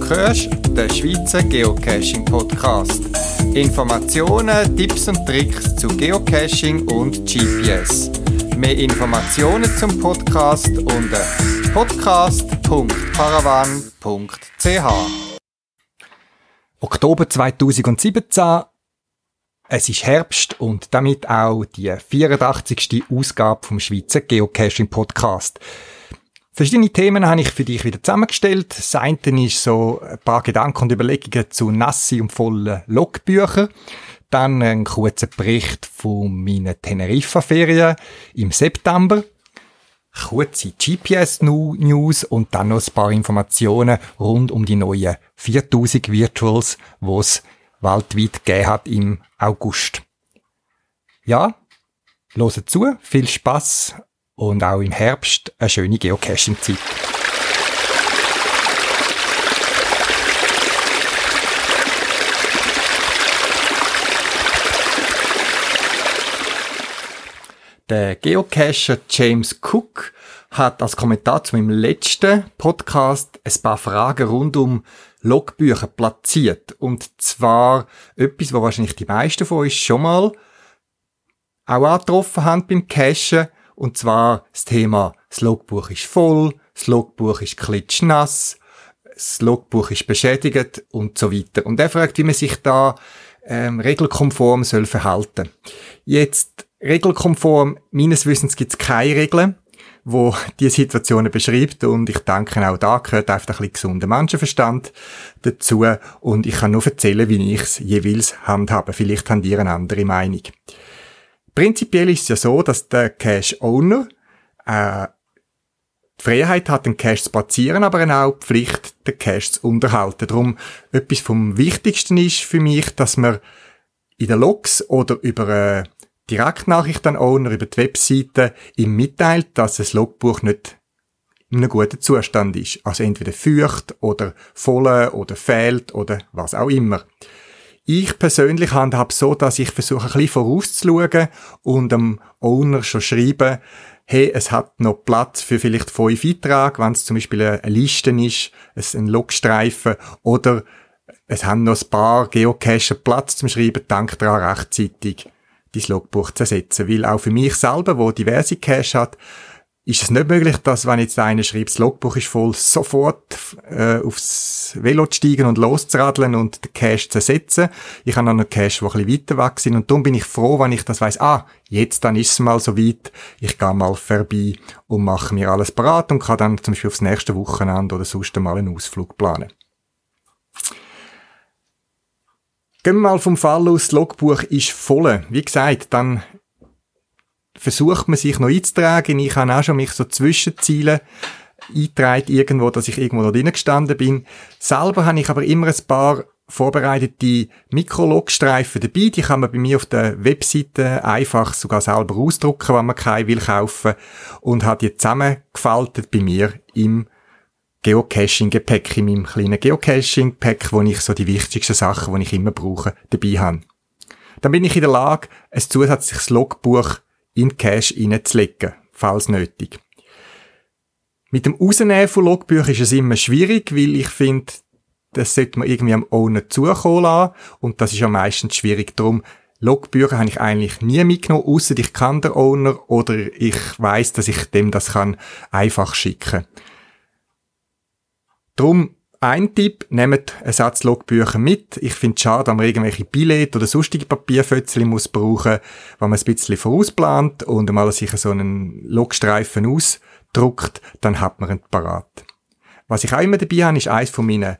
Du hörst den Schweizer Geocaching-Podcast. Informationen, Tipps und Tricks zu Geocaching und GPS. Mehr Informationen zum Podcast unter podcast.paravan.ch. Oktober 2017. Es ist Herbst und damit auch die 84. Ausgabe vom Schweizer Geocaching-Podcast. Verschiedene Themen habe ich für dich wieder zusammengestellt. Das eine ist so ein paar Gedanken und Überlegungen zu nassen und vollen Logbüchern. Dann ein kurzer Bericht von meinen Teneriffa-Ferien im September. Kurze GPS-News und dann noch ein paar Informationen rund um die neuen 4000 Virtuals, die es weltweit gegeben hat im August. Ja, hört zu, viel Spass und auch im Herbst eine schöne Geocaching-Zeit. Der Geocacher James Cook hat als Kommentar zu meinem letzten Podcast ein paar Fragen rund um Logbücher platziert. Und zwar etwas, was wahrscheinlich die meisten von euch schon mal auch angetroffen haben beim Cachen. Und zwar das Thema, das Logbuch ist voll, das Logbuch ist klitschnass, das Logbuch ist beschädigt und so weiter. Und er fragt, wie man sich da regelkonform soll verhalten. Jetzt, regelkonform, meines Wissens gibt es keine Regeln, wo die Situationen beschreibt, und ich denke, auch da gehört einfach ein bisschen gesunder Menschenverstand dazu, und ich kann nur erzählen, wie ich es jeweils handhabe. Vielleicht habt ihr eine andere Meinung. Prinzipiell ist es ja so, dass der Cache-Owner die Freiheit hat, den Cache zu platzieren, aber auch die Pflicht, den Cache zu unterhalten. Darum, etwas vom Wichtigsten ist für mich, dass man in den Logs oder über eine Direktnachricht an Owner über die Webseite ihm mitteilt, dass das Logbuch nicht in einem guten Zustand ist. Also entweder feucht oder voll oder fehlt oder was auch immer. Ich persönlich handhabe so, dass ich versuche, ein bisschen vorauszuschauen und dem Owner schon schreiben, hey, es hat noch Platz für vielleicht 5 Einträge, wenn es zum Beispiel eine Liste ist, ein Logstreifen, oder es haben noch ein paar Geocacher Platz zum Schreiben, denk daran, rechtzeitig dein Logbuch zu ersetzen. Weil auch für mich selber, wo diverse Cache hat, ist es nicht möglich, dass, wenn jetzt einer schreibt, das Logbuch ist voll, sofort aufs Velo zu steigen und loszuradeln und den Cache zu ersetzen. Ich habe noch einen Cache, der ein bisschen weiter weg sind, und darum bin ich froh, wenn ich das weiss, jetzt dann ist es mal so weit, ich gehe mal vorbei und mache mir alles parat und kann dann zum Beispiel aufs nächste Wochenende oder sonst mal einen Ausflug planen. Gehen wir mal vom Fall aus, das Logbuch ist voll. Wie gesagt, dann versucht man sich noch einzutragen. Ich habe auch schon mich so Zwischenziele eingetragen irgendwo, dass ich irgendwo da drin gestanden bin. Selber habe ich aber immer ein paar vorbereitete Mikrologstreifen dabei. Die kann man bei mir auf der Webseite einfach sogar selber ausdrucken, wenn man keine will kaufen, und hat die zusammengefaltet bei mir im Geocaching-Gepäck, in meinem kleinen Geocaching-Pack, wo ich so die wichtigsten Sachen, die ich immer brauche, dabei habe. Dann bin ich in der Lage, ein zusätzliches Logbuch in den Cache reinzulegen, falls nötig. Mit dem Rausnehmen von Logbüchern ist es immer schwierig, weil ich finde, das sollte man irgendwie am Owner zukommen lassen, und das ist ja meistens schwierig. Darum, Logbücher habe ich eigentlich nie mitgenommen, ausser ich kann den Owner oder ich weiss, dass ich dem das kann einfach schicken. Darum, ein Tipp, nehmt einen Satz Logbücher mit. Ich finde es schade, wenn man irgendwelche Billette oder sonstige Papierfötzchen muss brauchen, wenn man es ein bisschen vorausplant und einmal sich so einen Logstreifen ausdruckt, dann hat man ihn parat. Was ich auch immer dabei habe, ist eines von meinen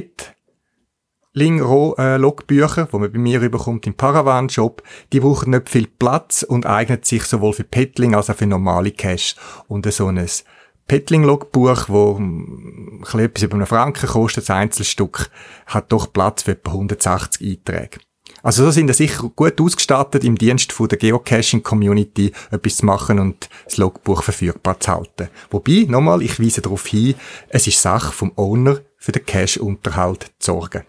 Petling-Logbücher, die man bei mir überkommt im Paravan-Shop. Die brauchen nicht viel Platz und eignet sich sowohl für Petling als auch für normale Cache. Und so ein Petling-Logbuch, wo etwas über einen Franken kostet, das Einzelstück, hat doch Platz für etwa 180 Einträge. Also so sind sie sicher gut ausgestattet, im Dienst von der Geocaching-Community etwas zu machen und das Logbuch verfügbar zu halten. Wobei, nochmal, ich weise darauf hin, es ist Sache vom Owner, für den Cache-Unterhalt zu sorgen.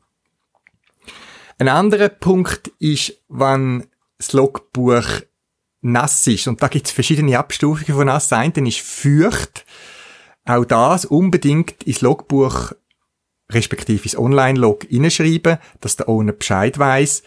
Ein anderer Punkt ist, wenn das Logbuch nass ist. Und da gibt es verschiedene Abstufungen von nass. Ein ist feucht. Auch das unbedingt ins Logbuch respektive ins Online-Log reinschreiben, dass der Owner Bescheid weiss.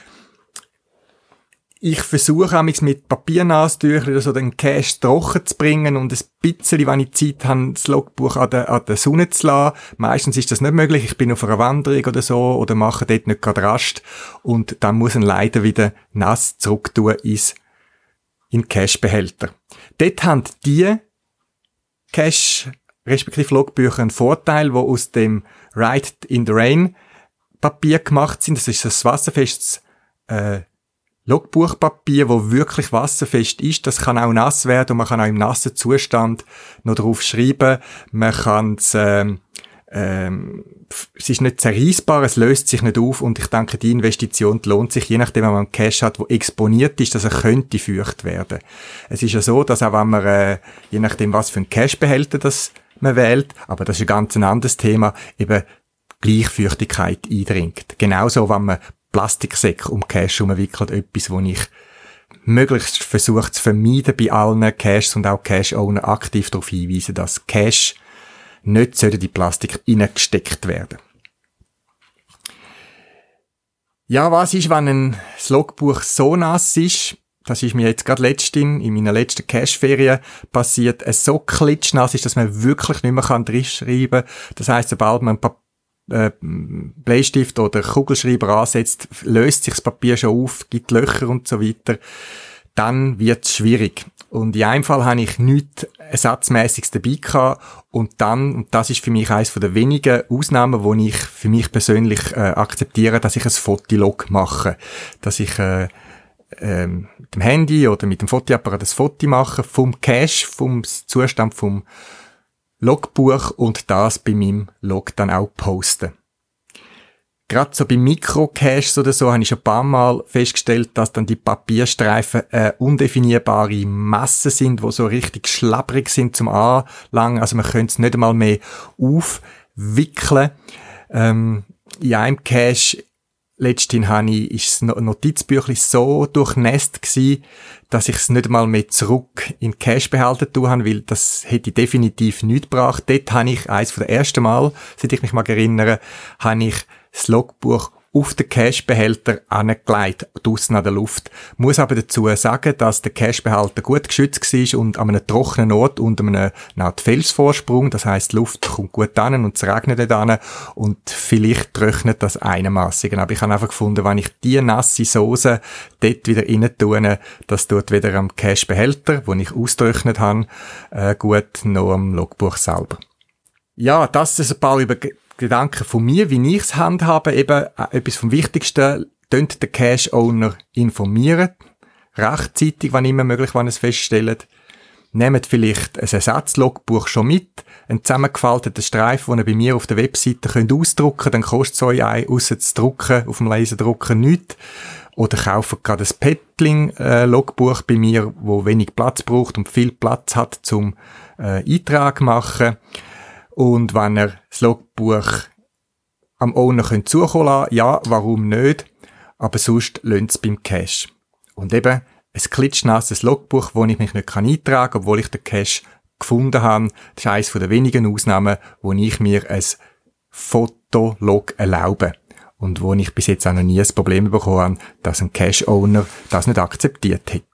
Ich versuche mit Papiernastüchern oder so den Cache trocken zu bringen und ein bisschen, wenn ich Zeit habe, das Logbuch an der Sonne zu lassen. Meistens ist das nicht möglich. Ich bin auf einer Wanderung oder so oder mache dort nicht gerade Rast und dann muss ich leider wieder nass zurück tun in den Cache-Behälter. Dort haben die Cache, respektive Logbücher einen Vorteil, wo aus dem Write in the Rain Papier gemacht sind. Das ist ein wasserfestes Logbuchpapier, wo wirklich wasserfest ist. Das kann auch nass werden und man kann auch im nassen Zustand noch drauf schreiben. Man kann es ist nicht zerreißbar, es löst sich nicht auf und ich denke, die Investition lohnt sich, je nachdem, wenn man einen Cache hat, der exponiert ist, dass er könnte feucht werden. Es ist ja so, dass auch wenn man, je nachdem, was für einen Cachebehälter das man wählt, aber das ist ein ganz anderes Thema, eben Gleichfeuchtigkeit eindringt. Genauso, wenn man Plastiksäcke um Cache umwickelt, etwas, wo ich möglichst versuche zu vermeiden bei allen Caches und auch Cache-Owner aktiv darauf hinweisen, dass Cache nicht in die Plastik reingesteckt werden. Ja, was ist, wenn das Logbuch so nass ist? Das ist mir jetzt gerade in meiner letzten Cache-Ferien passiert. Es so klitschnass ist, dass man wirklich nicht mehr drinschreiben kann. Das heisst, sobald man Bleistift oder Kugelschreiber ansetzt, löst sich das Papier schon auf, gibt Löcher und so weiter. Dann wird es schwierig. Und in einem Fall habe ich nichts Ersatzmäßiges dabei gehabt. Und das ist für mich eines der wenigen Ausnahmen, wo ich für mich persönlich akzeptiere, dass ich ein Fotolog mache. Dass ich mit dem Handy oder mit dem Fotoapparat ein Foto mache vom Cache, vom Zustand vom Logbuch und das bei meinem Log dann auch posten. Gerade so bei Mikrocaches oder so habe ich schon ein paar Mal festgestellt, dass dann die Papierstreifen undefinierbare Massen sind, die so richtig schlabbrig sind zum Anlangen. Also man könnte es nicht einmal mehr aufwickeln. In einem Cache letzthin ist das Notizbüchlein so durchnässt gsi, dass ich es nicht einmal mehr zurück in den Cache-Behälter tun habe, weil das hätte definitiv nichts gebracht. Dort habe ich eines der ersten Mal, seit ich mich mal erinnere, habe ich das Logbuch auf den Cache-Behälter angelegt, draussen an der Luft. Muss aber dazu sagen, dass der Cache-Behälter gut geschützt war und an einem trockenen Ort unter einem Art Felsvorsprung. Das heisst, die Luft kommt gut an und es regnet dort an und vielleicht trocknet das einigermassen. Aber ich habe einfach gefunden, wenn ich die nasse Soße dort wieder rein tue, das tut weder am Cache-Behälter, den ich ausgetrocknet habe, gut, noch am Logbuch selber. Ja, das ist ein paar Gedanken von mir, wie ich es handhabe, eben etwas vom Wichtigsten, tönt den Cache-Owner informieren, rechtzeitig, wann immer möglich, wann es feststellt. Nehmt vielleicht ein Ersatzlogbuch schon mit, einen zusammengefalteten Streifen, den ihr bei mir auf der Webseite könnt ausdrucken, dann kostet es euch ausser zu drucken, auf dem Laserdrucker nichts. Oder kauft gerade ein Paddling-Logbuch bei mir, wo wenig Platz braucht und viel Platz hat zum Eintrag machen. Und wenn ihr das Logbuch am Owner zukommen lassen könnt, ja, warum nicht? Aber sonst lasst es beim Cache. Und eben ein klitschnasses Logbuch, wo ich mich nicht eintragen kann, obwohl ich den Cache gefunden habe. Das ist eines der wenigen Ausnahmen, wo ich mir ein Fotolog erlaube. Und wo ich bis jetzt auch noch nie ein Problem bekommen habe, dass ein Cache-Owner das nicht akzeptiert hätte.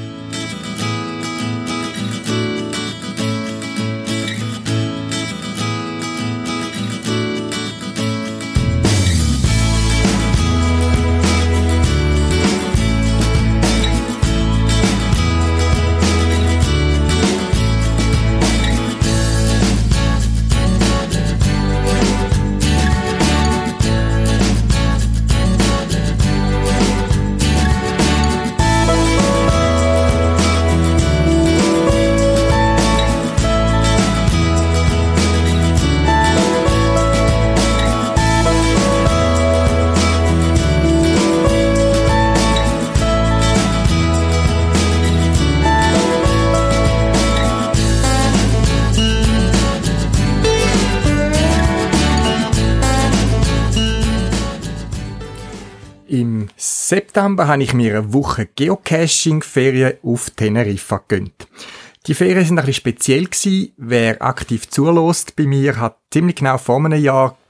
Im September habe ich mir eine Woche Geocaching-Ferien auf Teneriffa gegönnt. Die Ferien sind ein bisschen speziell gewesen. Wer aktiv zulässt bei mir, hat ziemlich genau vor einem Jahr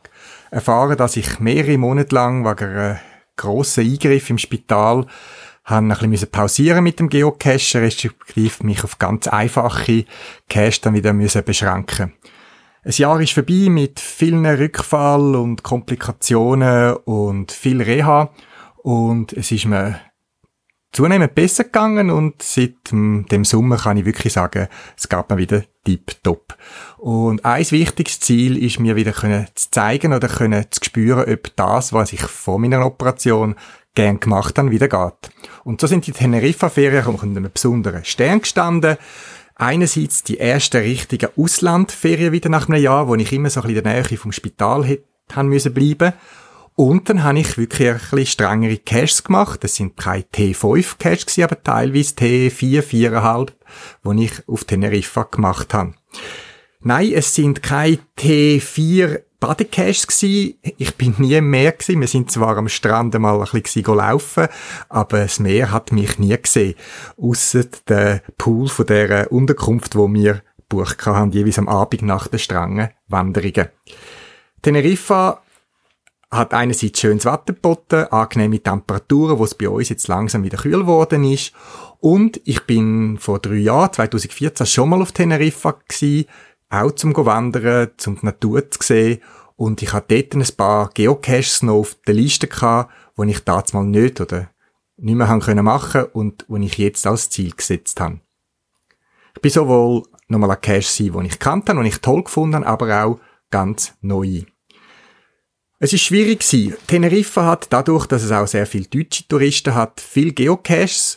erfahren, dass ich mehrere Monate lang wegen einem grossen Eingriff im Spital ein bisschen pausieren mit dem Geocachen, respektive mich auf ganz einfache Cache dann wieder beschränken. Ein Jahr ist vorbei mit vielen Rückfall und Komplikationen und viel Reha und es ist mir zunehmend besser gegangen und seit dem Sommer kann ich wirklich sagen, es geht mir wieder tipptopp. Und ein wichtiges Ziel ist mir wieder zu zeigen oder zu spüren, ob das, was ich vor meiner Operation gern gemacht habe, wieder geht. Und so sind die Teneriffa-Ferien unter einem besonderen Stern gestanden. Einerseits die ersten richtigen Auslandferien wieder nach einem Jahr, wo ich immer so ein bisschen in der Nähe vom Spital bleiben musste. Und dann habe ich wirklich ein bisschen strengere Caches gemacht. Das sind keine T5-Caches gewesen, aber teilweise T4, 4,5, die ich auf Teneriffa gemacht habe. Nein, es sind keine T4 Badecaches gewesen. Ich bin nie im Meer gewesen. Wir sind zwar am Strand mal ein bisschen laufen, aber das Meer hat mich nie gesehen. Ausser der Pool von dieser Unterkunft, wo wir gebucht haben, jeweils am Abend nach den strengen Wanderungen. Teneriffa hat einerseits schönes Wetter geboten, angenehme Temperaturen, wo es bei uns jetzt langsam wieder kühl geworden ist. Und ich bin vor 3 Jahren, 2014, schon mal auf Teneriffa gewesen, auch zum Wandern, zum die Natur zu sehen. Und ich hatte dort ein paar Geocaches noch auf der Liste gehabt, die ich damals mal nicht oder nicht mehr machen konnte und die ich jetzt als Ziel gesetzt habe. Ich bin sowohl nochmal ein Cache sein, den ich gekannt habe, den ich toll gefunden habe, aber auch ganz neu. Es ist schwierig gewesen. Teneriffa hat dadurch, dass es auch sehr viele deutsche Touristen hat, viel Geocaches.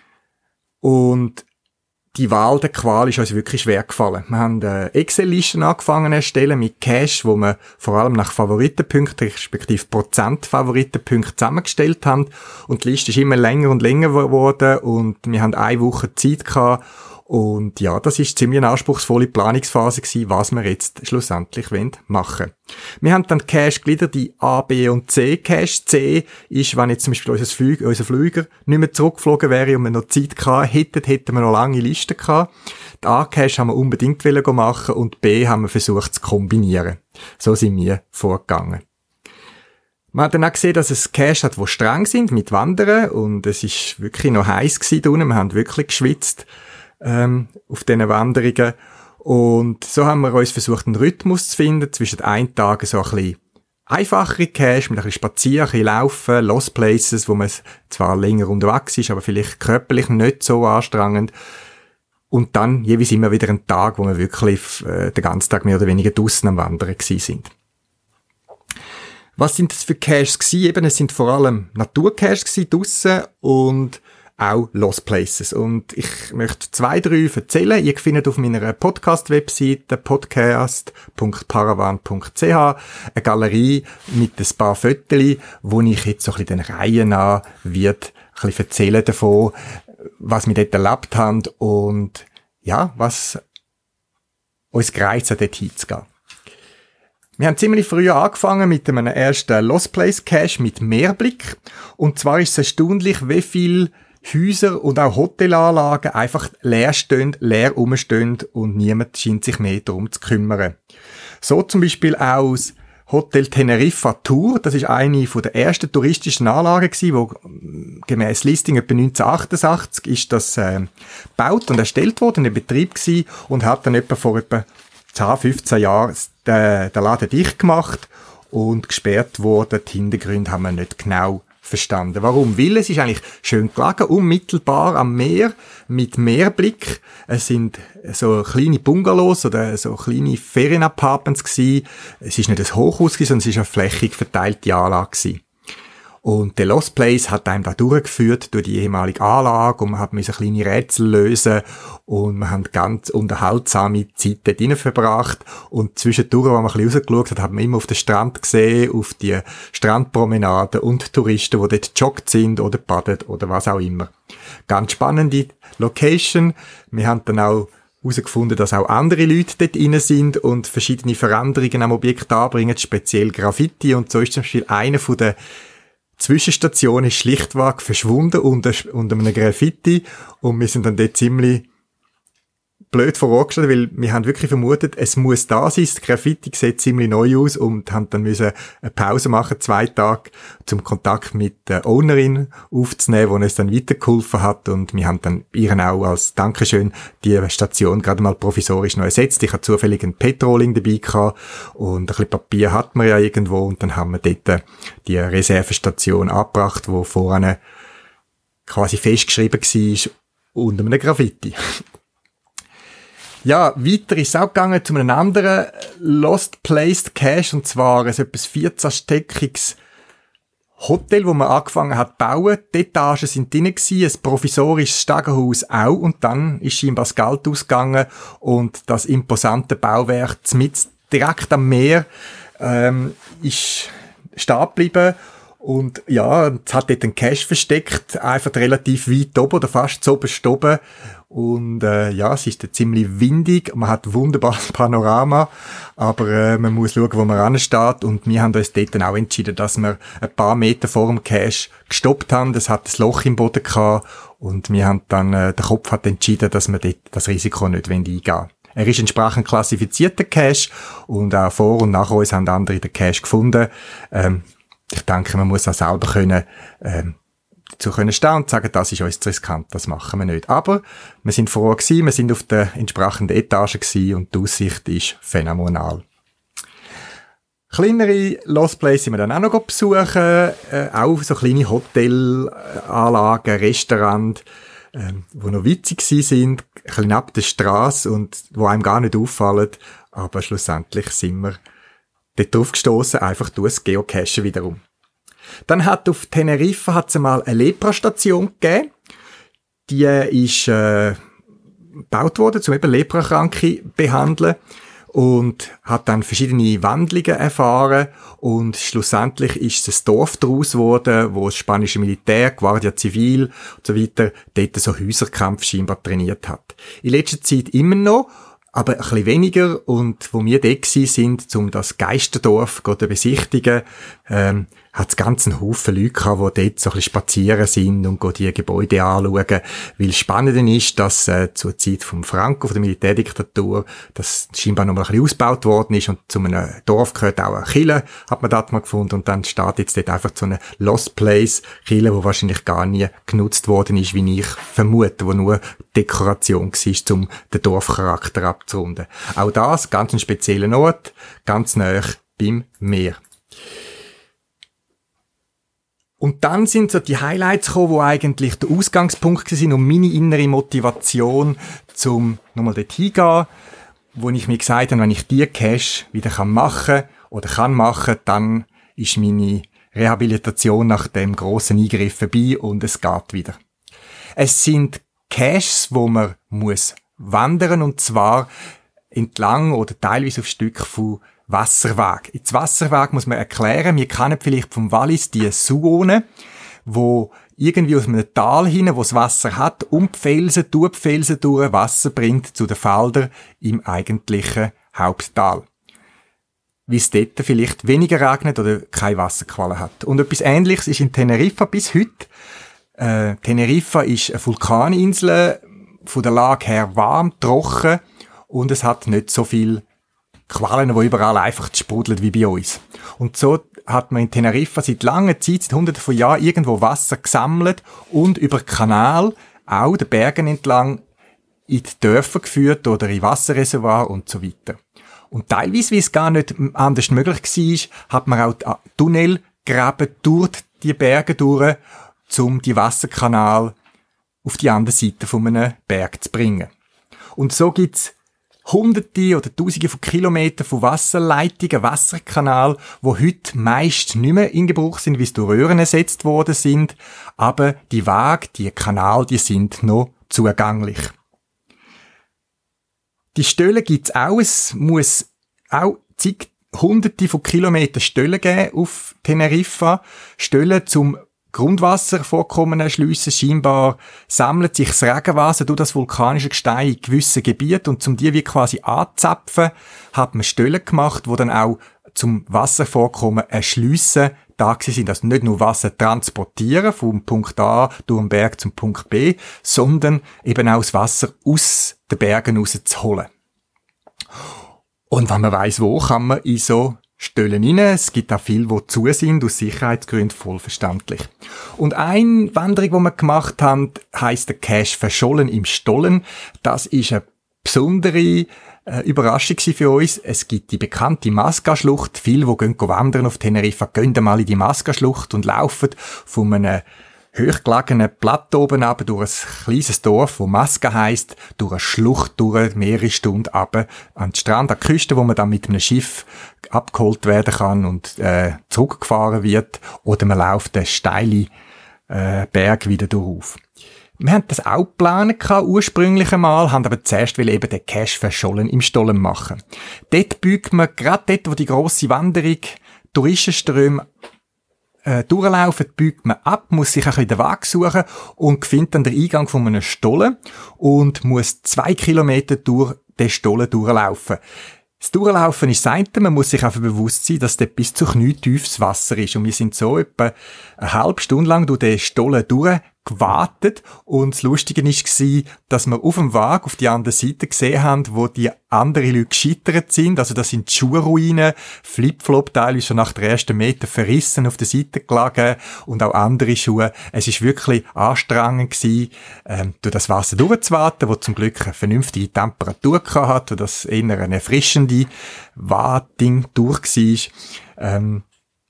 Und die Wahl der Qual ist uns wirklich schwer gefallen. Wir haben Excel-Listen angefangen zu erstellen mit Cache, wo wir vor allem nach Favoritenpunkten, respektive Prozent Favoritenpunkte zusammengestellt haben. Und die Liste ist immer länger und länger geworden und wir haben 1 Woche Zeit gehabt. Und ja, das ist ziemlich eine anspruchsvolle Planungsphase gewesen, was wir jetzt schlussendlich machen wollen. Wir haben dann Cache gegliedert in A, B und C Cache. C ist, wenn jetzt zum Beispiel unser Flüger nicht mehr zurückgeflogen wäre und wir noch Zeit gehabt hätten wir noch lange Listen gehabt. Die A-Cache haben wir unbedingt machen und B haben wir versucht zu kombinieren. So sind wir vorgegangen. Man hat dann auch gesehen, dass es Cache hat, die streng sind mit Wandern und es ist wirklich noch heiß gewesen unten. Wir haben wirklich geschwitzt auf diesen Wanderungen. Und so haben wir uns versucht, einen Rhythmus zu finden zwischen einen Tagen so ein bisschen einfachere Cache, mit ein bisschen Spazieren, ein bisschen Laufen, Lost Places, wo man zwar länger unterwegs ist, aber vielleicht körperlich nicht so anstrengend. Und dann jeweils immer wieder ein Tag, wo wir wirklich den ganzen Tag mehr oder weniger draussen am Wandern gewesen sind. Was sind das für Caches gewesen? Eben, es sind vor allem Naturcaches gewesen draussen und auch Lost Places. Und ich möchte 2, 3 erzählen. Ihr findet auf meiner Podcast-Webseite podcast.paravan.ch eine Galerie mit ein paar Fotos, wo ich jetzt so ein bisschen den Reihen an wird ein bisschen erzählen davon, was wir dort erlebt haben und ja, was uns gereizt hat, dort hinzugehen. Wir haben ziemlich früh angefangen mit einem ersten Lost Place Cache mit Meerblick. Und zwar ist es erstaunlich, wie viel Häuser und auch Hotelanlagen einfach leer rumstehen und niemand scheint sich mehr darum zu kümmern. So zum Beispiel aus Hotel Teneriffa Tour, das ist eine der ersten touristischen Anlagen gewesen, wo gemäss Listing etwa 1988 ist das gebaut und erstellt worden, in Betrieb gewesen und hat dann vor etwa 10, 15 Jahren den Laden dicht gemacht und gesperrt worden. Die Hintergründe haben wir nicht genau verstanden. Warum? Weil es ist eigentlich schön gelegen, unmittelbar am Meer, mit Meerblick. Es sind so kleine Bungalows oder so kleine Ferienapartments gewesen. Es ist nicht ein Hochhaus gewesen, sondern es ist eine flächig verteilte Anlage gewesen. Und der Lost Place hat einem da durchgeführt durch die ehemalige Anlage und man hat kleine Rätsel lösen und wir haben ganz unterhaltsame Zeit dort rein verbracht und zwischendurch, wenn man ein bisschen rausgeschaut hat, hat man immer auf den Strand gesehen, auf die Strandpromenade und Touristen, die dort joggt sind oder badet oder was auch immer. Ganz spannende Location. Wir haben dann auch herausgefunden, dass auch andere Leute dort rein sind und verschiedene Veränderungen am Objekt anbringen, speziell Graffiti und so ist zum Beispiel einer von der Zwischenstation ist schlichtweg verschwunden unter einem Graffiti und wir sind dann dort ziemlich blöd vor Ort gestanden, weil wir haben wirklich vermutet, es muss da sein. Das Graffiti sieht ziemlich neu aus und haben dann müssen eine Pause machen, 2 Tage, zum Kontakt mit der Ownerin aufzunehmen, die uns dann weitergeholfen hat, und wir haben dann ihren auch als Dankeschön die Station gerade mal provisorisch neu ersetzt. Ich hatte zufällig ein Petroling dabei gehabt und ein bisschen Papier hat man ja irgendwo, und dann haben wir dort die Reservestation angebracht, wo vorne quasi festgeschrieben war unter einem Graffiti. Ja, weiter ist es auch gegangen zu einem anderen Lost Placed Cache, und zwar ein etwas 14-stöckiges Hotel, wo man angefangen hat zu bauen. Die Etagen sind drin gewesen, ein provisorisches Stegenhaus auch, und dann ist scheinbar das Geld ausgegangen und das imposante Bauwerk direkt am Meer ist stehen geblieben. Und ja, es hat dort einen Cache versteckt, einfach relativ weit oben oder fast so oben. Und ja, es ist ziemlich windig, man hat ein wunderbares Panorama, aber man muss schauen, wo man ransteht. Und wir haben uns dort dann auch entschieden, dass wir ein paar Meter vor dem Cache gestoppt haben. Das hat ein Loch im Boden gehabt, und wir haben dann, der Kopf hat entschieden, dass wir dort das Risiko nicht eingehen wollen. Er ist entsprechend klassifizierter Cache, und auch vor und nach uns haben andere den Cache gefunden. Ich denke, man muss auch selber können, dazu können stehen und sagen, das ist uns zu riskant, das machen wir nicht. Aber wir sind froh gewesen, wir sind auf der entsprechenden Etage gewesen, und die Aussicht ist phänomenal. Kleinere Lost Place sind wir dann auch noch besuchen, auch so kleine Hotelanlagen, Restaurants, die noch witzig sind, ein bisschen ab der Strasse und wo einem gar nicht auffallen, aber schlussendlich sind wir dort drauf gestossen, einfach durch das Geocachen wiederum. Dann hat auf Teneriffa hat's einmal eine Lepra-Station gegeben. Die ist gebaut worden, um eben Leprakranke zu behandeln, und hat dann verschiedene Wandlungen erfahren, und schlussendlich ist es ein Dorf daraus geworden, wo das spanische Militär, Guardia Civil und so weiter dort so Häuserkampf scheinbar trainiert hat. In letzter Zeit immer noch, aber ein bisschen weniger, und wo wir dort sind, um das Geisterdorf zu besichtigen, hat es ganz einen Haufen Leute gehabt, die dort so ein bisschen spazieren sind und die Gebäude anschauen. Weil spannend ist, dass zur Zeit vom Franco, von der Militärdiktatur, das scheinbar noch mal ein bisschen ausgebaut worden ist, und zu einem Dorf gehört auch eine Kirche, hat man dort mal gefunden, und dann steht jetzt dort einfach so eine Lost Place Kirche, die wahrscheinlich gar nie genutzt worden ist, wie ich vermute, wo nur Dekoration war, um den Dorfcharakter abzurunden. Auch das, ganz ein spezieller Ort, ganz nahe beim Meer. Und dann sind so die Highlights gekommen, wo eigentlich der Ausgangspunkt sind und meine innere Motivation, zum nochmal dort hingehen, wo ich mir gesagt habe, wenn ich die Cache wieder machen kann, dann ist meine Rehabilitation nach dem grossen Eingriff vorbei und es geht wieder. Es sind Caches, wo man muss wandern, und zwar entlang oder teilweise auf Stück von Wasserweg. Ins Wasserweg muss man erklären, wir kennen vielleicht vom Wallis die Suone, wo irgendwie aus einem Tal hin, wo das Wasser hat, durch die Felsen durch Wasser bringt zu den Feldern im eigentlichen Haupttal. Wie es dort vielleicht weniger regnet oder keine Wasserquelle hat. Und etwas Ähnliches ist in Teneriffa bis heute. Teneriffa ist eine Vulkaninsel, von der Lage her warm, trocken, und es hat nicht so viel Quellen, die überall einfach sprudeln wie bei uns. Und so hat man in Teneriffa seit langer Zeit, seit Hunderten von Jahren, irgendwo Wasser gesammelt und über Kanal, auch den Bergen entlang, in die Dörfer geführt oder in Wasserreservoir und so weiter. Und teilweise, wie es gar nicht anders möglich war, hat man auch Tunnel graben durch die Berge durch, um die Wasserkanal auf die andere Seite von einem Berg zu bringen. Und so gibt's Hunderte oder Tausende von Kilometern von Wasserleitungen, Wasserkanal, wo heute meist nicht mehr in Gebrauch sind, wie sie durch Röhren ersetzt worden sind, aber die Wege, die Kanal, die sind noch zugänglich. Die Stellen gibt's auch, es muss auch Hunderte von Kilometern Stellen geben auf Teneriffa, Stellen zum Grundwasservorkommen erschliessen. Scheinbar sammelt sich das Regenwasser durch das vulkanische Gestein in gewissen Gebieten, und um die wie quasi anzapfen, hat man Stellen gemacht, die dann auch zum Wasservorkommen erschliessen da sind. Also nicht nur Wasser transportieren vom Punkt A durch den Berg zum Punkt B, sondern eben auch das Wasser aus den Bergen rauszuholen. Und wenn man weiss, wo, kann man in so Stollen rein. Es gibt auch viele, die zu sind, aus Sicherheitsgründen voll verständlich. Und eine Wanderung, die wir gemacht haben, heisst der Cache Verschollen im Stollen. Das ist eine besondere Überraschung für uns. Es gibt die bekannte Masca-Schlucht. Viele, die gehen wandern auf Teneriffa, gehen mal in die Masca-Schlucht und laufen von einem hochgelegenen Plateau oben runter durch ein kleines Dorf, das Masca heisst, durch eine Schlucht durch, mehrere Stunden runter an den Strand, an die Küste, wo man dann mit einem Schiff abgeholt werden kann und zurückgefahren wird. Oder man läuft den steilen Berg wieder durch. Wir haben das auch geplant, ursprünglich einmal, haben aber zuerst eben den Cache Verschollen im Stollen machen. Dort beugt man, gerade dort, wo die grosse Wanderung, Touristenströme durchlaufen, beugt man ab, muss sich ein bisschen den Weg suchen und findet dann den Eingang von einem Stollen und muss 2 Kilometer durch den Stollen durchlaufen. Das Durchlaufen ist das eine, man muss sich einfach bewusst sein, dass dort bis zu knietiefes Wasser ist. Und wir sind so etwa eine halbe Stunde lang durch den Stollen durchgewartet. Und das Lustige war, dass wir auf dem Weg auf die andere Seite gesehen haben, wo die anderen Leute gescheitert sind. Also das sind die Schuhruinen, Flipflop teilweise schon nach den ersten Metern verrissen auf der Seite gelegen und auch andere Schuhe. Es ist wirklich anstrengend gewesen, durch das Wasser durchzuwarten, wo zum Glück eine vernünftige Temperatur hatte, wo das eher eine erfrischende Wading durch war.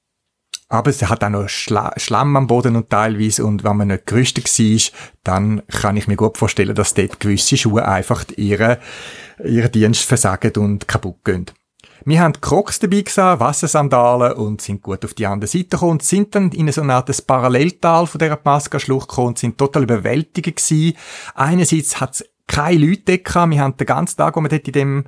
Aber es hat auch noch Schlamm am Boden und teilweise, und wenn man nicht gerüstet war, dann kann ich mir gut vorstellen, dass dort gewisse Schuhe einfach ihren Dienst versagen und kaputt gehen. Wir haben Crocs dabei gesehen, Wassersandalen, und sind gut auf die andere Seite gekommen und sind dann in so eine Art Paralleltal von dieser Masca-Schlucht gekommen und sind total überwältigend gewesen. Einerseits hat es keine Leute dort gehabt. Wir haben den ganzen Tag, wo wir dort in dem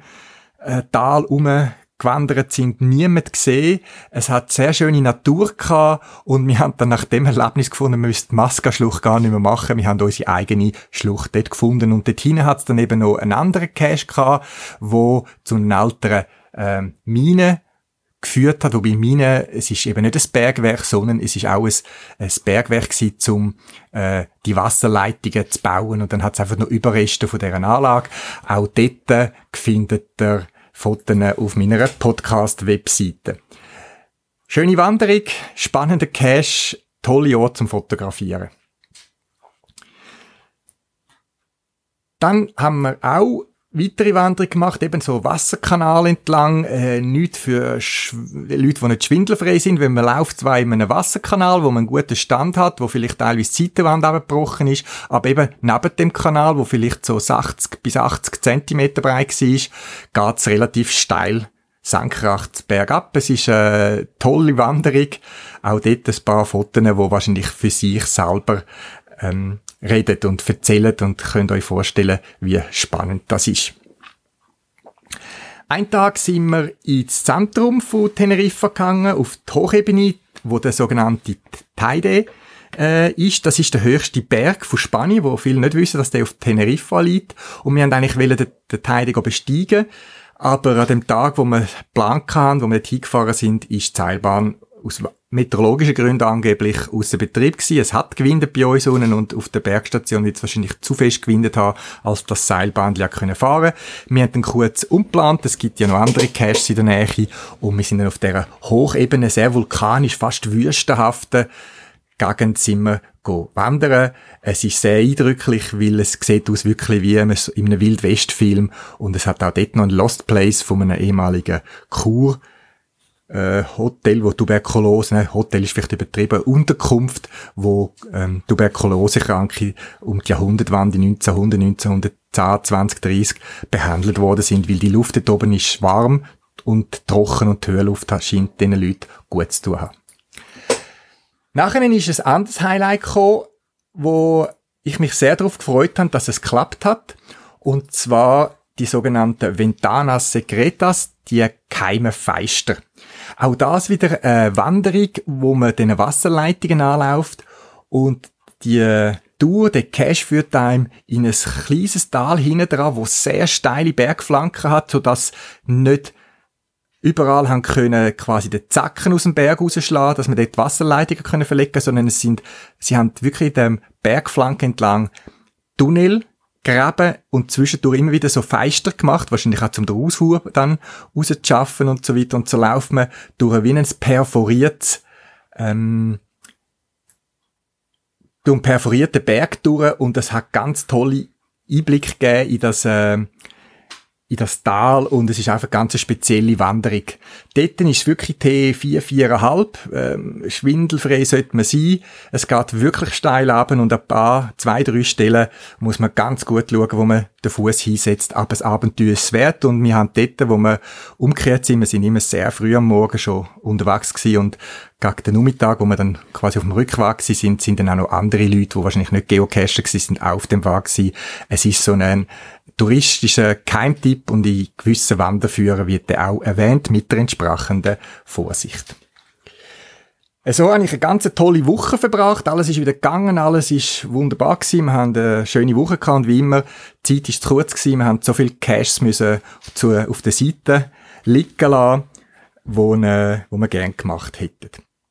Tal gewandert sind, niemand gesehen. Es hat sehr schöne Natur gehabt und wir haben dann nach dem Erlebnis gefunden, wir müssen die Masca-Schlucht gar nicht mehr machen. Wir haben unsere eigene Schlucht dort gefunden und dort hinten hat es dann eben noch einen anderen Cache gehabt, wo zu einer älteren Mine geführt hat, wobei Mine, es ist eben nicht ein Bergwerk, sondern es ist auch ein Bergwerk gewesen, um die Wasserleitungen zu bauen, und dann hat es einfach noch Überreste von dieser Anlage. Auch dort findet ihr Fotos auf meiner Podcast-Webseite. Schöne Wanderung, spannender Cache, tolle Orte zum Fotografieren. Dann haben wir auch weitere Wanderung gemacht, eben so Wasserkanal entlang, nichts für Leute, die nicht schwindelfrei sind, wenn man läuft zwar in einem Wasserkanal, wo man einen guten Stand hat, wo vielleicht teilweise die Seitenwand abgebrochen ist, aber eben neben dem Kanal, wo vielleicht so 60 bis 80 Zentimeter breit war, geht's relativ steil senkrecht bergab. Es ist eine tolle Wanderung, auch dort ein paar Fotos, die wahrscheinlich für sich selber redet und erzählt, und könnt euch vorstellen, wie spannend das ist. Einen Tag sind wir ins Zentrum von Teneriffa gegangen, auf die Hochebene, wo der sogenannte Teide ist. Das ist der höchste Berg von Spanien, wo viele nicht wissen, dass der auf Teneriffa liegt. Und wir wollten eigentlich den Teide besteigen, aber an dem Tag, wo wir geplant haben, wo wir dort hingefahren sind, ist die Seilbahn aus meteorologischen Gründen angeblich ausser Betrieb gewesen. Es hat gewindet bei uns unten, und auf der Bergstation wird es wahrscheinlich zu fest gewindet haben, als das Seilbahn fahren können. Wir haben dann kurz umgeplant, es gibt ja noch andere Caches in der Nähe, und wir sind dann auf dieser Hochebene, sehr vulkanisch, fast wüstenhaften Gegend sind wir wandern. Es ist sehr eindrücklich, weil es sieht aus wirklich wie in einem Wildwest-Film, und es hat auch dort noch ein Lost Place von einem ehemaligen Hotel, wo Hotel ist vielleicht übertrieben, Unterkunft, wo Tuberkulosekranke um die Jahrhundertwende 1910, 20, 30 behandelt worden sind, weil die Luft dort oben ist warm und trocken, und die Höhenluft scheint diesen Leuten gut zu tun haben. Nachher ist ein anderes Highlight gekommen, wo ich mich sehr darauf gefreut habe, dass es geklappt hat, und zwar die sogenannten Ventanas Secretas, die geheimen Feister. Auch das wieder eine Wanderung, wo man den Wasserleitungen anläuft, und die Tour, der Cache führt einem in ein kleines Tal hinten dran, wo sehr steile Bergflanken hat, sodass nicht überall haben können quasi den Zacken aus dem Berg rausschlagen, dass man dort Wasserleitungen können verlegen, sondern sie haben wirklich in dem Bergflanken entlang Tunnel graben und zwischendurch immer wieder so feister gemacht, wahrscheinlich auch zum den Ausfuhr dann rauszuschaffen und so weiter. Und so läuft man durch wie ein perforiertes, durch einen perforierten Berg durch und das hat ganz tolle Einblick gegeben in das Tal und es ist einfach ganz eine spezielle Wanderung. Dort ist es wirklich T4, 4,5. Schwindelfrei sollte man sein. Es geht wirklich steil runter und ein paar, 2, 3 Stellen muss man ganz gut schauen, wo man den Fuß hinsetzt. Aber das Abenteuer ist es wert und wir haben dort, wo wir umgekehrt sind, wir sind immer sehr früh am Morgen schon unterwegs gewesen und gegen den Nachmittag, wo wir dann quasi auf dem Rückweg sind dann auch noch andere Leute, die wahrscheinlich nicht Geocacher gewesen sind, auf dem Weg gewesen. Es ist so ein touristischer Geheimtipp und in gewissen Wanderführern wird der auch erwähnt mit der entsprechenden Vorsicht. So habe ich eine ganz tolle Woche verbracht. Alles ist wieder gegangen, alles ist wunderbar gewesen. Wir haben eine schöne Woche gehabt und wie immer, die Zeit ist zu kurz gewesen. Wir haben so viele Caches müssen auf der Seite liegen lassen, wo wir gerne gemacht hätten.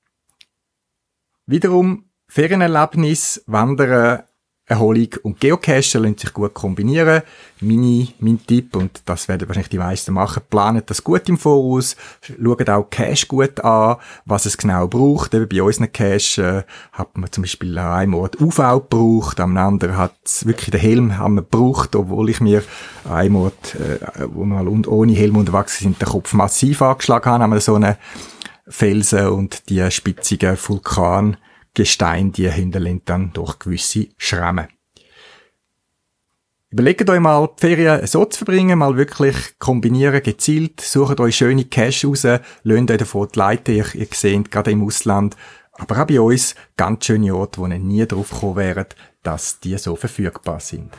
Wiederum Ferienerlebnis, Wandern, Erholung und Geocachen lassen sich gut kombinieren. Mein Tipp, und das werden wahrscheinlich die meisten machen, planet das gut im Voraus, schaut auch Cache gut an, was es genau braucht. Eben bei unseren Cache hat man zum Beispiel an einem Ort UV gebraucht, am anderen hat es wirklich den Helm haben wir gebraucht, obwohl ich mir an einem Ort, wo wir mal ohne Helm unterwegs sind, den Kopf massiv angeschlagen haben wir so einen Felsen und die spitzigen Vulkangesteine, die hinterlassen dann durch gewisse Schrammen. Überlegt euch mal, die Ferien so zu verbringen, mal wirklich kombinieren, gezielt, sucht euch schöne Cache raus, lasst euch davon leiten, ihr seht, gerade im Ausland, aber auch bei uns, ganz schöne Orte, wo ihr nie drauf gekommen wäret, dass die so verfügbar sind.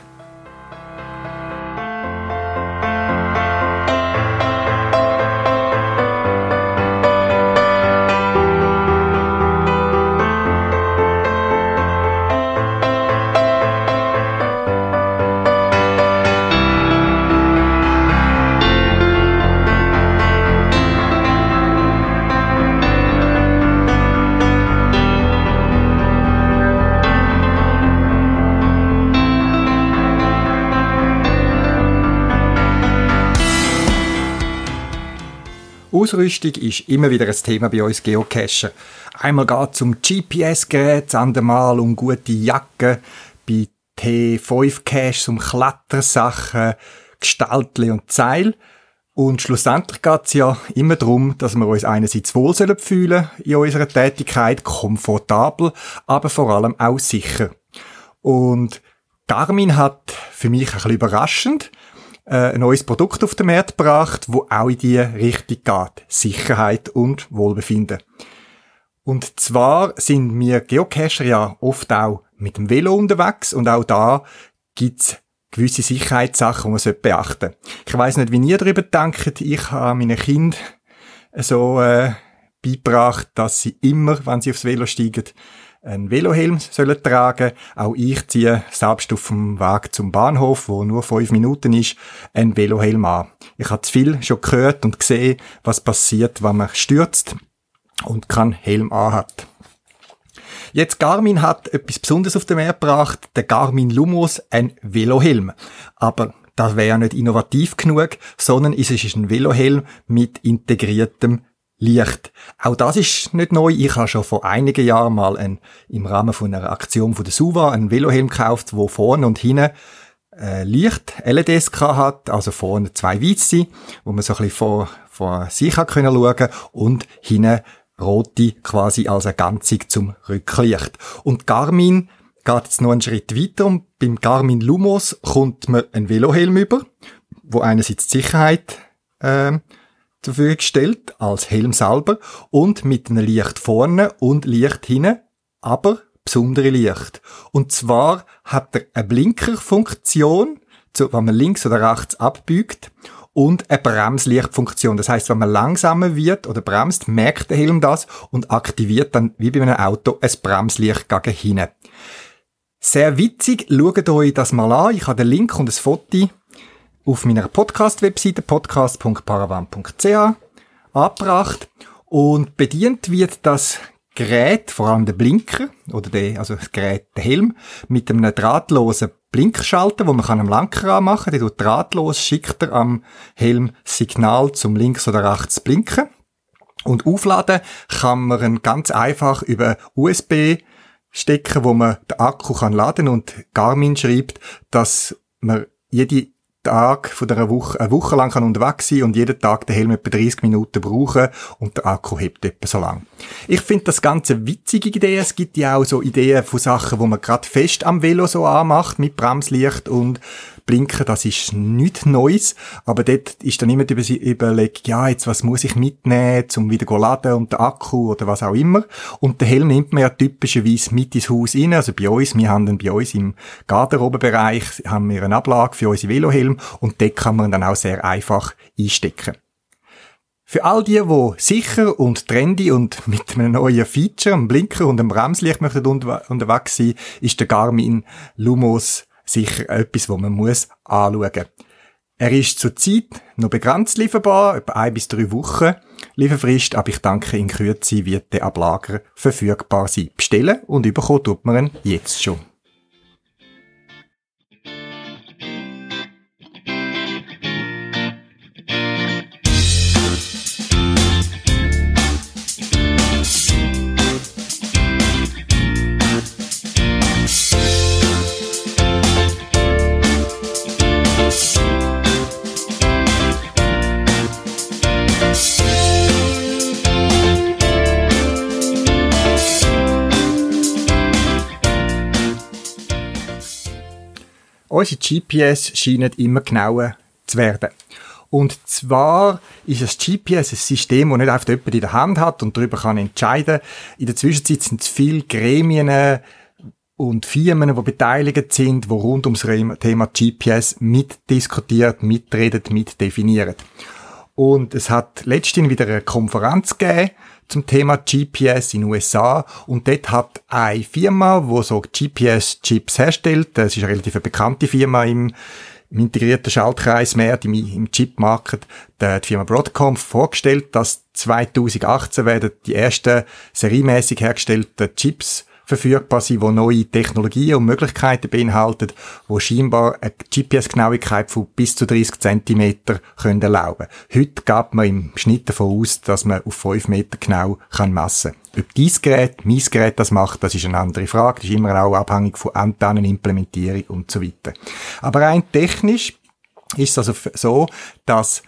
Ausrüstung ist immer wieder ein Thema bei uns Geocacher. Einmal geht es um GPS-Geräte, das andere Mal um gute Jacken, bei T5-Caches um Klettersachen, Gestaltli und Seil. Und schlussendlich geht es ja immer darum, dass wir uns einerseits wohl fühlen in unserer Tätigkeit, komfortabel, aber vor allem auch sicher. Und Garmin hat für mich ein bisschen überraschend ein neues Produkt auf den Markt gebracht, wo auch in die Richtung geht. Sicherheit und Wohlbefinden. Und zwar sind wir Geocacher ja oft auch mit dem Velo unterwegs und auch da gibt's gewisse Sicherheitssachen, die man beachten sollte. Ich weiss nicht, wie ihr darüber denkt. Ich habe meinen Kindern so beigebracht, dass sie immer, wenn sie aufs Velo steigen, einen Velohelm sollen tragen. Auch ich ziehe selbst auf dem Weg zum Bahnhof, wo nur 5 Minuten ist, einen Velohelm an. Ich habe zu viel schon gehört und gesehen, was passiert, wenn man stürzt und keinen Helm anhat. Jetzt Garmin hat etwas Besonderes auf den Markt gebracht, der Garmin Lumos, ein Velohelm. Aber das wäre ja nicht innovativ genug, sondern es ist ein Velohelm mit integriertem Licht. Auch das ist nicht neu. Ich habe schon vor einigen Jahren mal im Rahmen von einer Aktion von der Suva einen Velohelm gekauft, wo vorne und hinten Licht, LEDs hat, also vorne 2 weiße, wo man so ein bisschen vor sich schauen können und hinten rote quasi als Ergänzung zum Rücklicht. Und Garmin geht jetzt noch einen Schritt weiter und beim Garmin Lumos kommt man einen Velohelm über, wo einerseits die Sicherheit zur Verfügung stellt, als Helm selber und mit einem Licht vorne und Licht hinten, aber besondere Licht. Und zwar hat er eine Blinkerfunktion, wenn man links oder rechts abbiegt, und eine Bremslichtfunktion. Das heisst, wenn man langsamer wird oder bremst, merkt der Helm das und aktiviert dann, wie bei einem Auto, ein Bremslicht gegen hinten. Sehr witzig, schaut euch das mal an. Ich habe den Link und ein Foto auf meiner Podcast-Webseite podcast.paravan.ch angebracht und bedient wird das Gerät, vor allem der Blinker oder das Gerät, der Helm, mit einem drahtlosen Blinkschalter, wo man am Lenker anmachen kann. Der tut drahtlos, schickt er am Helm Signal zum links oder rechts blinken. Und aufladen kann man ihn ganz einfach über USB stecken, wo man den Akku kann laden, und Garmin schreibt, dass man jeden Tag von einer Woche, eine Woche lang kann unterwegs sein und jeden Tag den Helm etwa 30 Minuten brauchen und der Akku hebt etwa so lang. Ich finde das Ganze eine witzige Idee. Es gibt ja auch so Ideen von Sachen, wo man gerade fest am Velo so anmacht, mit Bremslicht und Blinken. Das ist nichts Neues, aber dort ist dann immer die Überlegung, ja, jetzt was muss ich mitnehmen, um wieder zu laden und den Akku oder was auch immer. Und den Helm nimmt man ja typischerweise mit ins Haus rein. Also bei uns, wir haben dann bei uns im Garderobenbereich haben wir eine Ablage für unsere Velohelme und dort kann man dann auch sehr einfach einstecken. Für all die sicher und trendy und mit einem neuen Feature, einem Blinker und einem Bremslicht möchten unterwegs sein, ist der Garmin Lumos sicher etwas, was man anschauen muss. Er ist zurzeit noch begrenzt lieferbar, etwa 1 bis 3 Wochen Lieferfrist, aber ich denke, in Kürze wird der ab Lager verfügbar sein. Bestellen und bekommen tut man ihn jetzt schon. Unsere GPS scheinen immer genauer zu werden. Und zwar ist das GPS ein System, das nicht einfach jemand in der Hand hat und darüber kann entscheiden. In der Zwischenzeit sind es viele Gremien und Firmen, die beteiligt sind, die rund ums Thema GPS mitdiskutieren, mitreden, mitdefinieren. Und es hat letztens wieder eine Konferenz gegeben zum Thema GPS in den USA. Und dort hat eine Firma, die so GPS-Chips herstellt, das ist eine relativ bekannte Firma im integrierten Schaltkreismarkt, im Chip-Market, die Firma Broadcom, vorgestellt, dass 2018 werden die ersten serienmäßig hergestellten Chips verfügbar sein, die neue Technologien und Möglichkeiten beinhalten, die scheinbar eine GPS-Genauigkeit von bis zu 30 cm können erlauben. Heute geht man im Schnitt davon aus, dass man auf 5 Meter genau messen kann. Ob mein Gerät das macht, das ist eine andere Frage. Das ist immer auch abhängig von Antennenimplementierung und so weiter. Aber rein technisch ist es also so, dass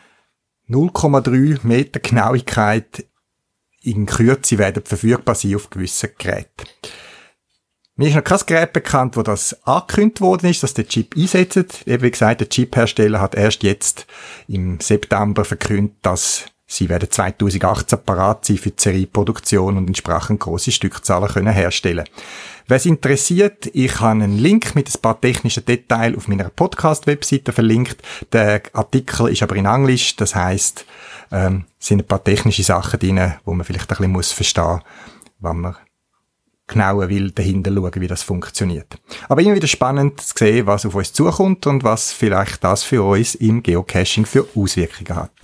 0,3 Meter Genauigkeit in Kürze werden verfügbar sein auf gewissen Geräten. Mir ist noch kein Gerät bekannt, wo das angekündigt worden ist, dass der Chip einsetzt. Eben wie gesagt, der Chip-Hersteller hat erst jetzt im September verkündet, dass sie werden 2018 parat sein für die Serieproduktion und entsprechend grosse Stückzahlen können herstellen. Wer es interessiert, ich habe einen Link mit ein paar technischen Details auf meiner Podcast-Webseite verlinkt. Der Artikel ist aber in Englisch, das heisst, sind ein paar technische Sachen drin, wo man vielleicht ein bisschen verstehen muss, wenn man genauer will dahinter schauen, wie das funktioniert. Aber immer wieder spannend zu sehen, was auf uns zukommt und was vielleicht das für uns im Geocaching für Auswirkungen hat.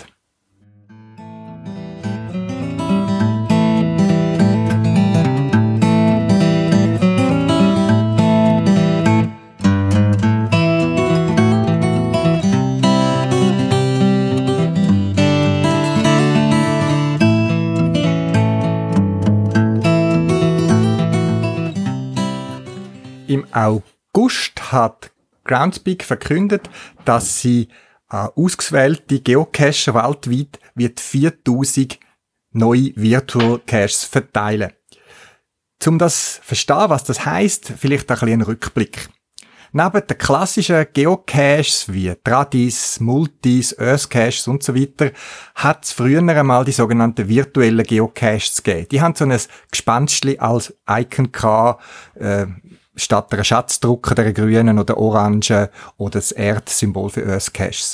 Im August hat Groundspeak verkündet, dass sie ausgewählte Geocacher weltweit wird 4000 neue Virtual Caches verteilen. Um das zu verstehen, was das heisst, vielleicht ein bisschen Rückblick. Neben den klassischen Geocaches wie Tradis, Multis, Earthcaches und so weiter hat es früher einmal die sogenannten virtuellen Geocaches gegeben. Die haben so ein Gespenstli als Icon gehabt, statt einer Schatzdrucke, der grünen oder orangen oder das Erdsymbol für Earthcaches.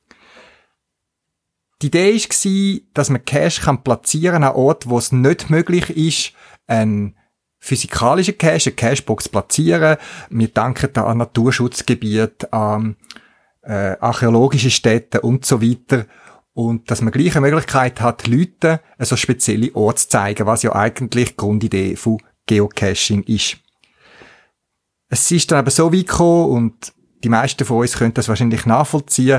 Die Idee war, dass man Cache platzieren kann an Orten, wo es nicht möglich ist, einen physikalischen Cache, eine Cachebox platzieren. Wir denken da an Naturschutzgebiete, an archäologische Städte und so weiter. Und dass man gleich eine Möglichkeit hat, Leuten so spezielle Orte zu zeigen, was ja eigentlich die Grundidee von Geocaching ist. es ist dann aber so weit gekommen, und die meisten von uns können das wahrscheinlich nachvollziehen,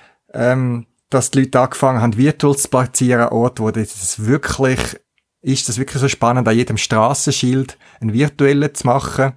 dass die Leute angefangen haben, Virtuals zu platzieren, an Orten, wo das wirklich so spannend, an jedem Strassenschild einen virtuellen zu machen.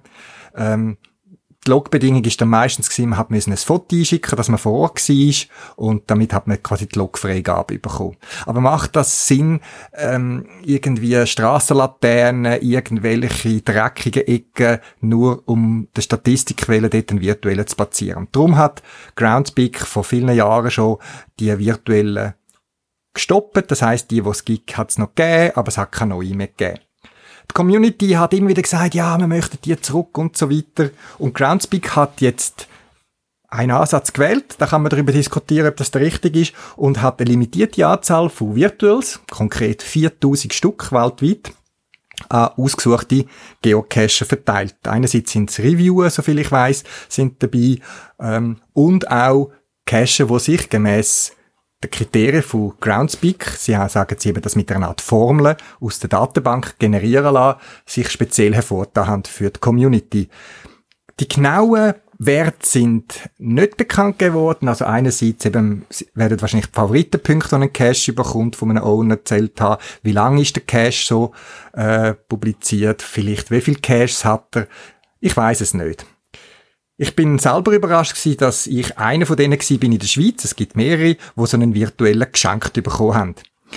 Die Logbedingung ist dann meistens gewesen, man hat ein Foto einschicken, dass man vor Ort war, und damit hat man quasi die Logfreigabe bekommen. Aber macht das Sinn, irgendwie Strassenlaternen, irgendwelche dreckigen Ecken, nur um der Statistikquelle dort einen virtuellen zu platzieren? Und darum hat Groundspeak vor vielen Jahren schon die virtuellen gestoppt. Das heisst, die es gibt, hat es noch gegeben, aber es hat keine neue mehr gegeben. Die Community hat immer wieder gesagt, ja, wir möchten die zurück und so weiter. Und Groundspeak hat jetzt einen Ansatz gewählt. Da kann man darüber diskutieren, ob das der richtige ist. Und hat eine limitierte Anzahl von Virtuals, konkret 4000 Stück weltweit, an ausgesuchte Geocacher verteilt. Einerseits sind es Reviewer, soviel ich weiss, sind dabei, und auch Cacher, die sich gemäss die Kriterien von Groundspeak, sagen sie eben, das mit einer Art Formel aus der Datenbank generieren lassen, sich speziell hervorgetan haben für die Community. Die genauen Werte sind nicht bekannt geworden. Also einerseits eben werden wahrscheinlich die Favoritenpunkte, die ein Cache bekommt, von einem Owner erzählt haben. Wie lange ist der Cache so publiziert? Vielleicht wie viele Caches hat er? Ich weiss es nicht. Ich bin selber überrascht gewesen, dass ich einer von denen bin in der Schweiz. Es gibt mehrere, die so einen virtuellen geschenkt bekommen haben.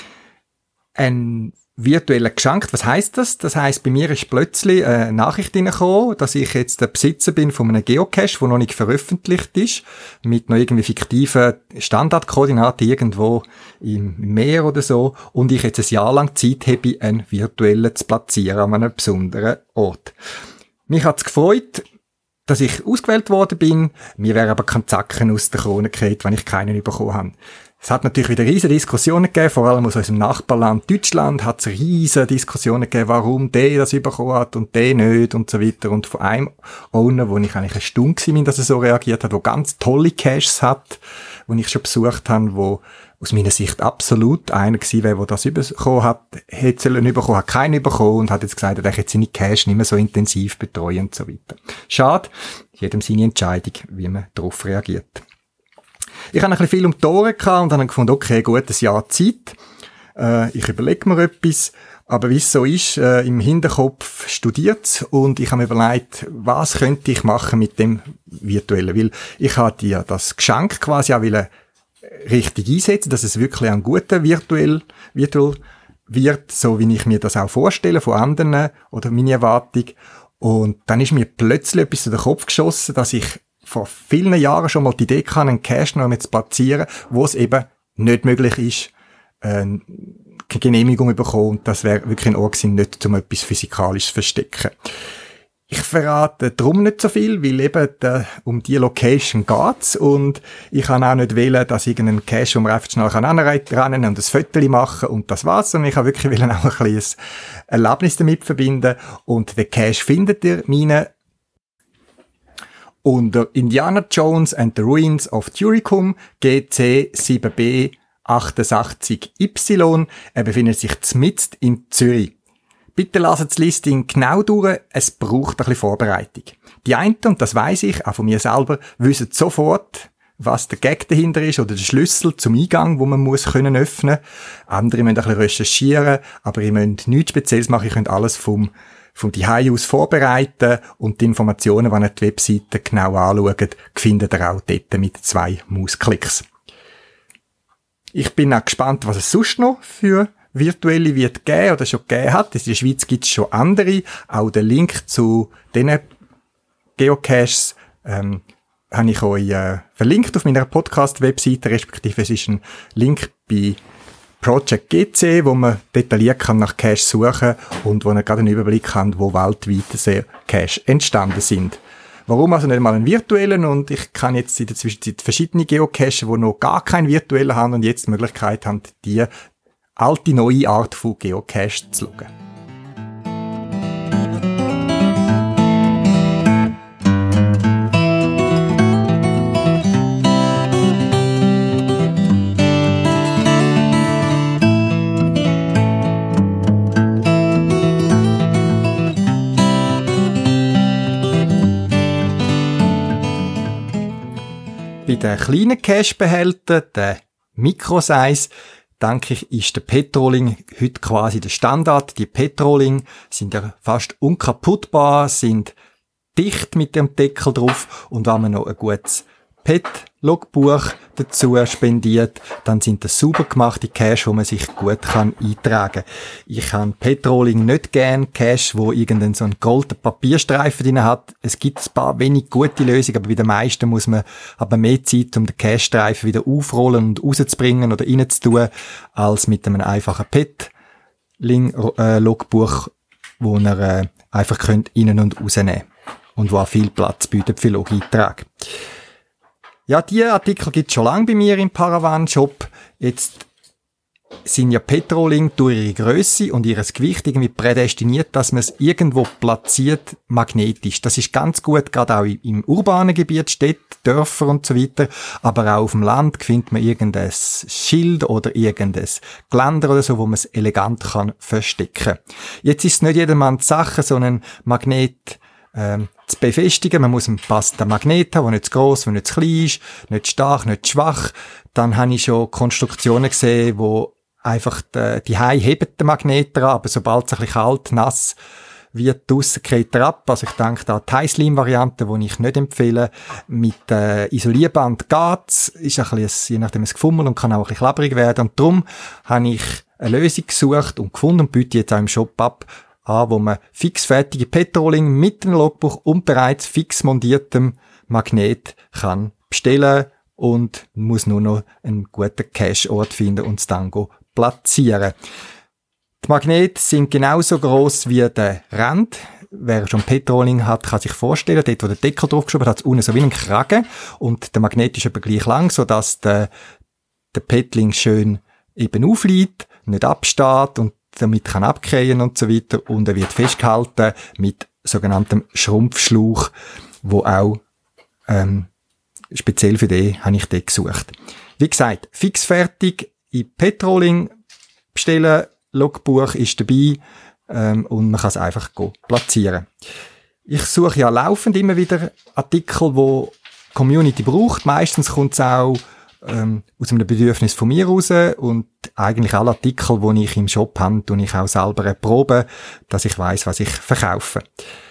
Ein virtueller geschenkt, was heisst das? Das heisst, bei mir ist plötzlich eine Nachricht reingekommen, dass ich jetzt der Besitzer bin von einem Geocache, der noch nicht veröffentlicht ist, mit noch irgendwie fiktiven Standardkoordinaten irgendwo im Meer oder so, und ich jetzt ein Jahr lang Zeit habe, einen virtuellen zu platzieren an einem besonderen Ort. Mich hat's gefreut, dass ich ausgewählt worden bin. Mir wäre aber kein Zacken aus der Krone gefallen, wenn ich keinen bekommen habe. Es hat natürlich wieder riesige Diskussionen gegeben, vor allem aus unserem Nachbarland Deutschland hat es riesige Diskussionen gegeben, warum der das bekommen hat und der nicht und so weiter. Und von einem Owner, wo ich eigentlich erstaunt war, dass er so reagiert hat, der ganz tolle Caches hat, wo ich schon besucht habe, wo aus meiner Sicht absolut einer gewesen wäre, der das bekommen hat, hätte sollen bekommen, hat keinen bekommen und hat jetzt gesagt, er hätte seine Cache nicht mehr so intensiv betreuen und so weiter. Schade, jedem seine Entscheidung, wie man darauf reagiert. Ich habe ein bisschen viel um die Ohren gehabt und habe gefunden, okay, gut, ein Jahr Zeit. Ich überlege mir etwas. Aber wie es so ist, im Hinterkopf studiert's und ich habe mir überlegt, was könnte ich machen mit dem Virtuellen? Weil ich habe dir das Geschenk quasi auch richtig einsetzen, dass es wirklich ein guter Virtual wird, so wie ich mir das auch vorstelle von anderen oder meine Erwartung. Und dann ist mir plötzlich etwas in den Kopf geschossen, dass ich vor vielen Jahren schon mal die Idee hatte, einen Cache noch zu platzieren, wo es eben nicht möglich ist, keine Genehmigung bekommen. Und das wäre wirklich ein Ort gewesen, nicht um etwas Physikalisches zu verstecken. Ich verrate darum nicht so viel, weil eben um die Location geht's und ich kann auch nicht wählen, dass irgendein Cache, wo man einfach schnell ranrennen und ein Foto machen und das war's. Und ich habe wirklich auch ein kleines Erlebnis damit verbinden. Und den Cache findet ihr unter Indiana Jones and the Ruins of Turicum GC7B 88Y. Er befindet sich mitten in Zürich. Bitte lasst das Listing genau durch, es braucht ein bisschen Vorbereitung. Die einen, und das weiss ich, auch von mir selber, wissen sofort, was der Gag dahinter ist oder der Schlüssel zum Eingang, wo man muss können öffnen. Andere müssen ein bisschen recherchieren, aber ihr müsst nichts Spezielles machen, ihr könnt alles vom Zuhause aus vorbereiten und die Informationen, wenn ihr die Webseite genau anschaut, findet ihr auch dort mit 2 Mausklicks. Ich bin auch gespannt, was es sonst noch für virtuelle wird geben oder schon gegeben hat. In der Schweiz gibt es schon andere. Auch den Link zu diesen Geocaches habe ich euch verlinkt auf meiner Podcast-Webseite, respektive es ist ein Link bei Project GC, wo man detailliert kann nach Caches suchen und wo man gerade einen Überblick hat, wo weltweit diese Caches entstanden sind. Warum also nicht mal einen virtuellen? Und ich kann jetzt in der Zwischenzeit verschiedene Geocaches, die noch gar keinen virtuellen haben und jetzt die Möglichkeit haben, die alte, neue Art von Geocache zu schauen. den kleinen Cache-Behältern, den Micro-Size, denke ich, ist der Petroling heute quasi der Standard. Die Petroling sind ja fast unkaputtbar, sind dicht mit dem Deckel drauf, und wenn man noch ein gutes PET-Logbuch dazu spendiert, dann sind das sauber gemachte Cache, wo man sich gut eintragen kann. Ich habe Petroling nicht gern Cache, wo irgendeinen so einen goldenen Papierstreifen drin hat. Es gibt ein paar wenig gute Lösungen, aber bei den meisten muss man aber mehr Zeit, um den Cache-Streifen wieder aufrollen und rauszubringen oder reinzutun, als mit einem einfachen PET-Logbuch, wo ihr einfach könnt rein- und rausnehmen und wo auch viel Platz bietet für Log-Einträge. Ja, die Artikel gibt's schon lange bei mir im Paravan-Shop. Jetzt sind ja Petroling durch ihre Grösse und ihr Gewicht irgendwie prädestiniert, dass man es irgendwo platziert, magnetisch. Das ist ganz gut, gerade auch im urbanen Gebiet, Städte, Dörfer und so weiter. Aber auch auf dem Land findet man irgendein Schild oder irgendein Geländer oder so, wo man es elegant kann verstecken. Jetzt ist es nicht jedermanns Sache, so einen Magnet zu befestigen. Man muss einen passenden Magnet haben, der nicht zu gross, der nicht zu klein ist, nicht stark, nicht schwach. Dann habe ich schon Konstruktionen gesehen, wo einfach die Hai heben den Magnet dran, aber sobald es ein bisschen kalt, nass wird, draussen geht er ab. Also ich denke da die High-Slim-Variante, die ich nicht empfehle. Mit Isolierband geht's, ist ein bisschen, je nachdem, ein Gefummel und kann auch ein bisschen klapperig werden. Und darum habe ich eine Lösung gesucht und gefunden und biete jetzt auch im Shop ab, wo man fixfertige Petroling mit einem Logbuch und bereits fix montiertem Magnet kann bestellen und muss nur noch einen guten Cache-Ort finden und es dann platzieren. Die Magnete sind genauso gross wie der Rand. Wer schon Petroling hat, kann sich vorstellen, dort wo der Deckel draufgeschoben hat, hat es unten so wie einen Kragen und der Magnet ist etwa gleich lang, sodass der Petling schön eben aufliegt, nicht absteht und damit kann abkriegen und so weiter, und er wird festgehalten mit sogenanntem Schrumpfschlauch, wo auch speziell für den habe ich den gesucht. Wie gesagt, fixfertig in Petroling bestellen, Logbuch ist dabei und man kann es einfach platzieren. Ich suche ja laufend immer wieder Artikel, wo die Community braucht. Meistens kommt es auch aus einem Bedürfnis von mir raus, und eigentlich alle Artikel, die ich im Shop habe, tue ich auch selber erproben, dass ich weiss, was ich verkaufe.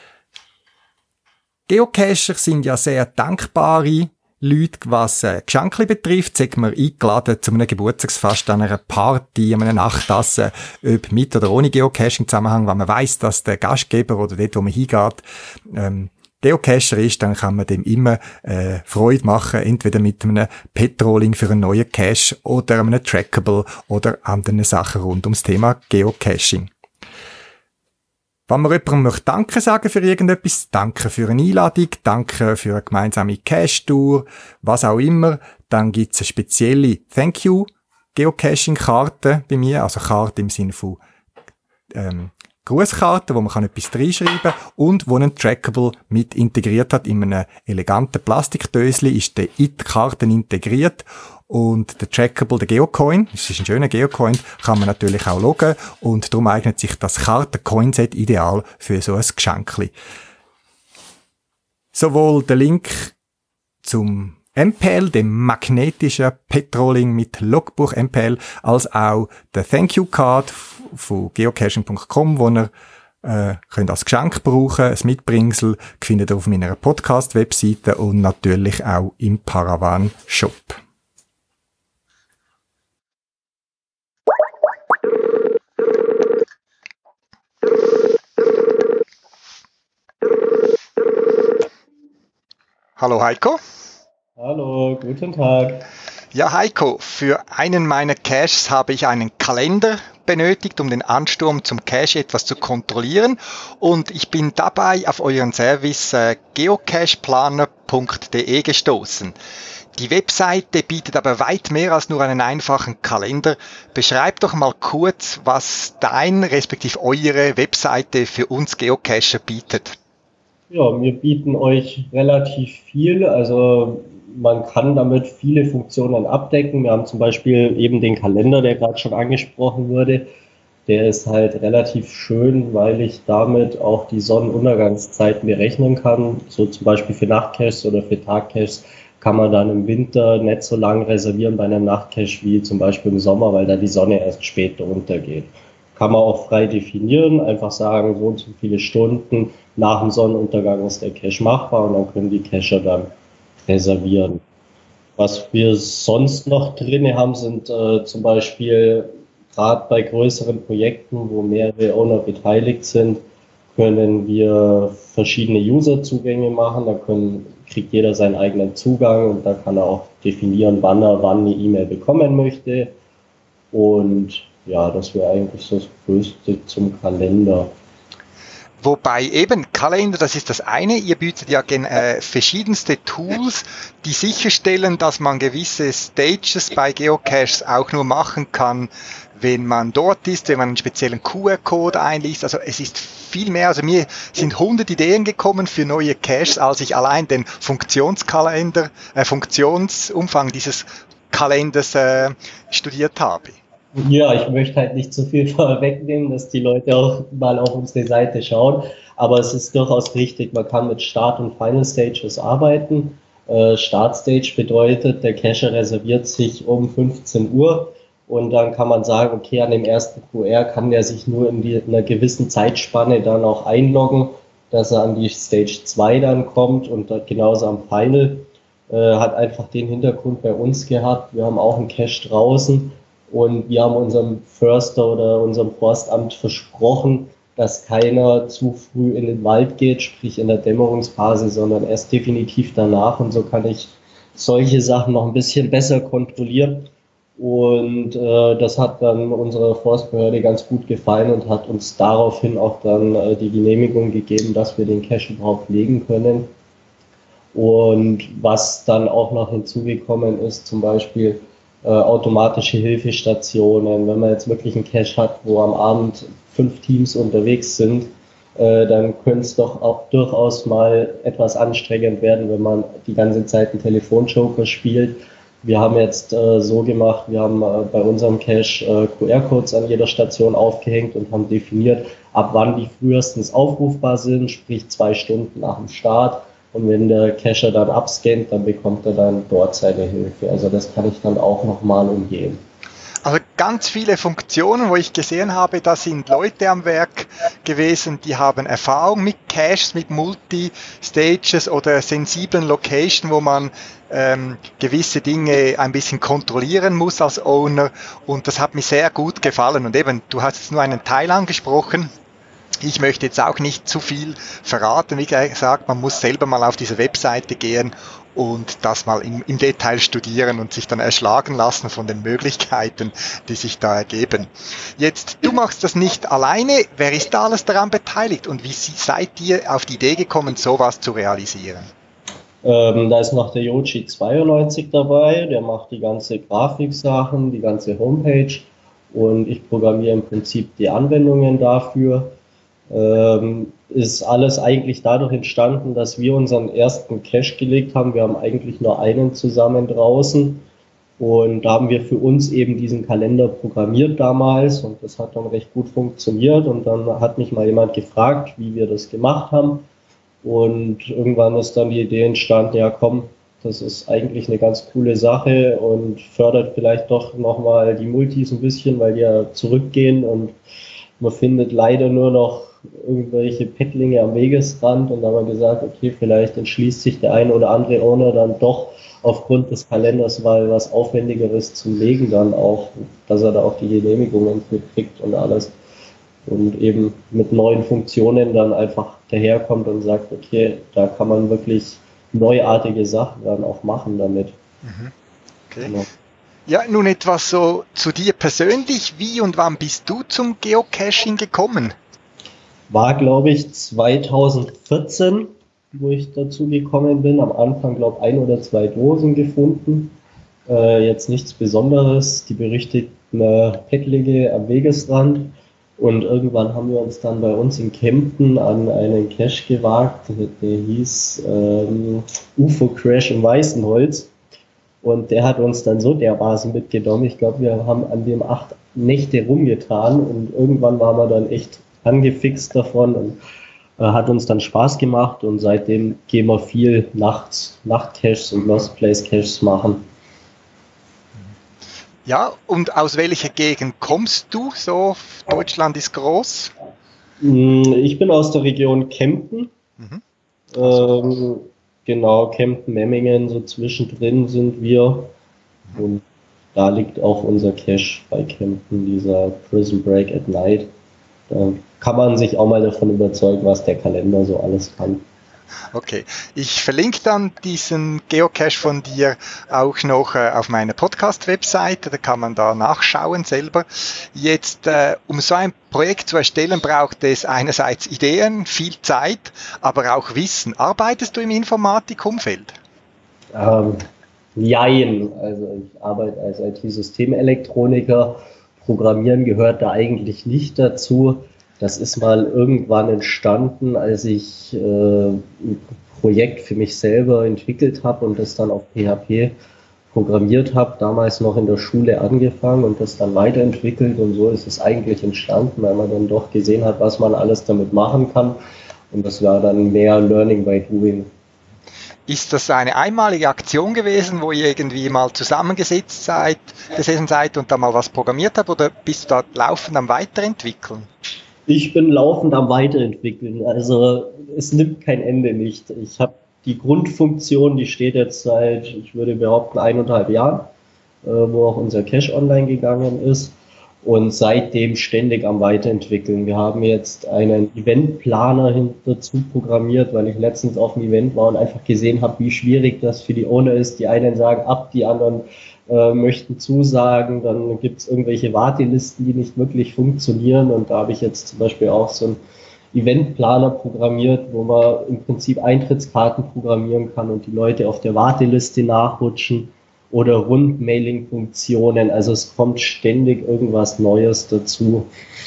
Geocacher sind ja sehr dankbare Leute, was Geschenke betrifft. Sagt man eingeladen zu einem Geburtstagsfest, an einer Party, an einem Nachtessen, ob mit oder ohne Geocaching-Zusammenhang, wenn man weiss, dass der Gastgeber oder dort, wo man hingeht, Geocacher ist, dann kann man dem immer Freude machen, entweder mit einem Petroling für einen neuen Cache oder einem Trackable oder anderen Sachen rund ums Thema Geocaching. Wenn man jemandem möchte Danke sagen für irgendetwas, Danke für eine Einladung, Danke für eine gemeinsame Cache-Tour, was auch immer, dann gibt es eine spezielle Thank You Geocaching-Karte bei mir, also Karte im Sinne von Grußkarte, wo man etwas reinschreiben kann und wo ein Trackable mit integriert hat. In einem eleganten Plastikdösli ist die Karte integriert und der Trackable, der Geocoin, das ist ein schöner Geocoin, kann man natürlich auch loggen, und darum eignet sich das Karten-Coinset ideal für so ein Geschenkli. Sowohl der Link zum MPL, dem magnetischen Petroling mit Logbuch MPL, als auch der Thank You Card von geocaching.com, wo ihr könnt als Geschenk brauchen, ein Mitbringsel, findet ihr auf meiner Podcast-Webseite und natürlich auch im Paravan-Shop. Hallo Heiko. Hallo, guten Tag. Ja, Heiko, für einen meiner Caches habe ich einen Kalender benötigt, um den Ansturm zum Cache etwas zu kontrollieren, und ich bin dabei auf euren Service geocacheplaner.de gestoßen. Die Webseite bietet aber weit mehr als nur einen einfachen Kalender. Beschreib doch mal kurz, was dein respektive eure Webseite für uns Geocacher bietet. Ja, wir bieten euch relativ viel, also man kann damit viele Funktionen abdecken. Wir haben zum Beispiel eben den Kalender, der gerade schon angesprochen wurde. Der ist halt relativ schön, weil ich damit auch die Sonnenuntergangszeiten berechnen kann. So zum Beispiel für Nachtcaches oder für Tagcaches kann man dann im Winter nicht so lang reservieren bei einem Nachtcache wie zum Beispiel im Sommer, weil da die Sonne erst später untergeht. Kann man auch frei definieren, einfach sagen, so und so viele Stunden nach dem Sonnenuntergang ist der Cache machbar und dann können die Cacher dann reservieren. Was wir sonst noch drin haben, sind zum Beispiel gerade bei größeren Projekten, wo mehrere Owner beteiligt sind, können wir verschiedene User-Zugänge machen. Da kriegt jeder seinen eigenen Zugang und da kann er auch definieren, wann er wann eine E-Mail bekommen möchte. Und ja, das wäre eigentlich das Größte zum Kalender. Wobei eben Kalender, das ist das eine, ihr bietet ja verschiedenste Tools, die sicherstellen, dass man gewisse Stages bei Geocaches auch nur machen kann, wenn man dort ist, wenn man einen speziellen QR-Code einliest. Also es ist viel mehr, also mir sind 100 Ideen gekommen für neue Caches, als ich allein den Funktionsumfang dieses Kalenders studiert habe. Ja, ich möchte halt nicht zu viel vorwegnehmen, dass die Leute auch mal auf unsere Seite schauen. Aber es ist durchaus richtig, man kann mit Start- und Final Stages arbeiten. Startstage bedeutet, der Cacher reserviert sich um 15 Uhr und dann kann man sagen, okay, an dem ersten QR kann der sich nur in einer gewissen Zeitspanne dann auch einloggen, dass er an die Stage 2 dann kommt und genauso am Final. Hat einfach den Hintergrund bei uns gehabt. Wir haben auch einen Cache draußen. Und wir haben unserem Förster oder unserem Forstamt versprochen, dass keiner zu früh in den Wald geht, sprich in der Dämmerungsphase, sondern erst definitiv danach. Und so kann ich solche Sachen noch ein bisschen besser kontrollieren. Und das hat dann unserer Forstbehörde ganz gut gefallen und hat uns daraufhin auch dann die Genehmigung gegeben, dass wir den Cache überhaupt legen können. Und was dann auch noch hinzugekommen ist, zum Beispiel automatische Hilfestationen. Wenn man jetzt wirklich einen Cache hat, wo am Abend 5 Teams unterwegs sind, dann könnte es doch auch durchaus mal etwas anstrengend werden, wenn man die ganze Zeit einen Telefonjoker spielt. Wir haben jetzt so gemacht, wir haben bei unserem Cache QR-Codes an jeder Station aufgehängt und haben definiert, ab wann die frühestens aufrufbar sind, sprich 2 Stunden nach dem Start. Und wenn der Cacher dann abscannt, dann bekommt er dann dort seine Hilfe. Also das kann ich dann auch nochmal umgehen. Also ganz viele Funktionen, wo ich gesehen habe, da sind Leute am Werk gewesen, die haben Erfahrung mit Caches, mit Multi-Stages oder sensiblen Locations, wo man gewisse Dinge ein bisschen kontrollieren muss als Owner. Und das hat mir sehr gut gefallen. Und eben, du hast jetzt nur einen Teil angesprochen. Ich möchte jetzt auch nicht zu viel verraten. Wie gesagt, man muss selber mal auf diese Webseite gehen und das mal im Detail studieren und sich dann erschlagen lassen von den Möglichkeiten, die sich da ergeben. Jetzt, du machst das nicht alleine. Wer ist da alles daran beteiligt und wie seid ihr auf die Idee gekommen, sowas zu realisieren? Da ist noch der Yoji 92 dabei, der macht die ganze Grafiksachen, die ganze Homepage und ich programmiere im Prinzip die Anwendungen dafür. Ist alles eigentlich dadurch entstanden, dass wir unseren ersten Cache gelegt haben. Wir haben eigentlich nur einen zusammen draußen und da haben wir für uns eben diesen Kalender programmiert damals und das hat dann recht gut funktioniert und dann hat mich mal jemand gefragt, wie wir das gemacht haben und irgendwann ist dann die Idee entstanden, ja komm, das ist eigentlich eine ganz coole Sache und fördert vielleicht doch nochmal die Multis ein bisschen, weil die ja zurückgehen und man findet leider nur noch irgendwelche Paddlinge am Wegesrand und da haben wir gesagt, okay, vielleicht entschließt sich der eine oder andere Owner dann doch aufgrund des Kalenders mal was Aufwendigeres zum Legen dann auch, dass er da auch die Genehmigungen für kriegt und alles und eben mit neuen Funktionen dann einfach daherkommt und sagt, okay, da kann man wirklich neuartige Sachen dann auch machen damit. Okay. Genau. Ja, nun etwas so zu dir persönlich. Wie und wann bist du zum Geocaching gekommen? War, glaube ich, 2014, wo ich dazu gekommen bin. Am Anfang, glaube ich, 1 oder 2 Dosen gefunden. Jetzt nichts Besonderes. Die berüchtigten Paddlinge am Wegesrand. Und irgendwann haben wir uns dann bei uns in Kempten an einen Cache gewagt. Der hieß UFO-Crash im Weißenholz. Und der hat uns dann so dermaßen mitgenommen. Ich glaube, wir haben an dem 8 Nächte rumgetan und irgendwann waren wir dann echt angefixt davon und Hat uns dann Spaß gemacht und seitdem gehen wir viel Nachtcaches und Lost Place Caches machen. Ja, und aus welcher Gegend kommst du? So, Deutschland ist groß. Ich bin aus der Region Kempten. Genau, Kempten, Memmingen, so zwischendrin sind wir. Und da liegt auch unser Cache bei Kempten, dieser Prison Break at Night. Da kann man sich auch mal davon überzeugen, was der Kalender so alles kann. Okay, ich verlinke dann diesen Geocache von dir auch noch auf meiner Podcast-Webseite, da kann man da nachschauen selber. Jetzt, um so ein Projekt zu erstellen, braucht es einerseits Ideen, viel Zeit, aber auch Wissen. Arbeitest du im Informatikumfeld? Jein, also ich arbeite als IT-Systemelektroniker. Programmieren gehört da eigentlich nicht dazu. Das ist mal irgendwann entstanden, als ich ein Projekt für mich selber entwickelt habe und das dann auf PHP programmiert habe, damals noch in der Schule angefangen und das dann weiterentwickelt und so ist es eigentlich entstanden, weil man dann doch gesehen hat, was man alles damit machen kann und das war dann mehr Learning by Doing. Ist das eine einmalige Aktion gewesen, wo ihr irgendwie mal zusammengesessen seid und da mal was programmiert habt oder bist du da laufend am Weiterentwickeln? Ich bin laufend am Weiterentwickeln, also es nimmt kein Ende nicht. Ich habe die Grundfunktion, die steht jetzt seit, ich würde behaupten, 1,5 Jahren, wo auch unser Cache online gegangen ist und seitdem ständig am Weiterentwickeln. Wir haben jetzt einen Eventplaner dazu programmiert, weil ich letztens auf einem Event war und einfach gesehen habe, wie schwierig das für die Owner ist. Die einen sagen ab, die anderen möchten zusagen, dann gibt es irgendwelche Wartelisten, die nicht wirklich funktionieren und da habe ich jetzt zum Beispiel auch so einen Eventplaner programmiert, wo man im Prinzip Eintrittskarten programmieren kann und die Leute auf der Warteliste nachrutschen oder Rundmailing-Funktionen, also es kommt ständig irgendwas Neues dazu.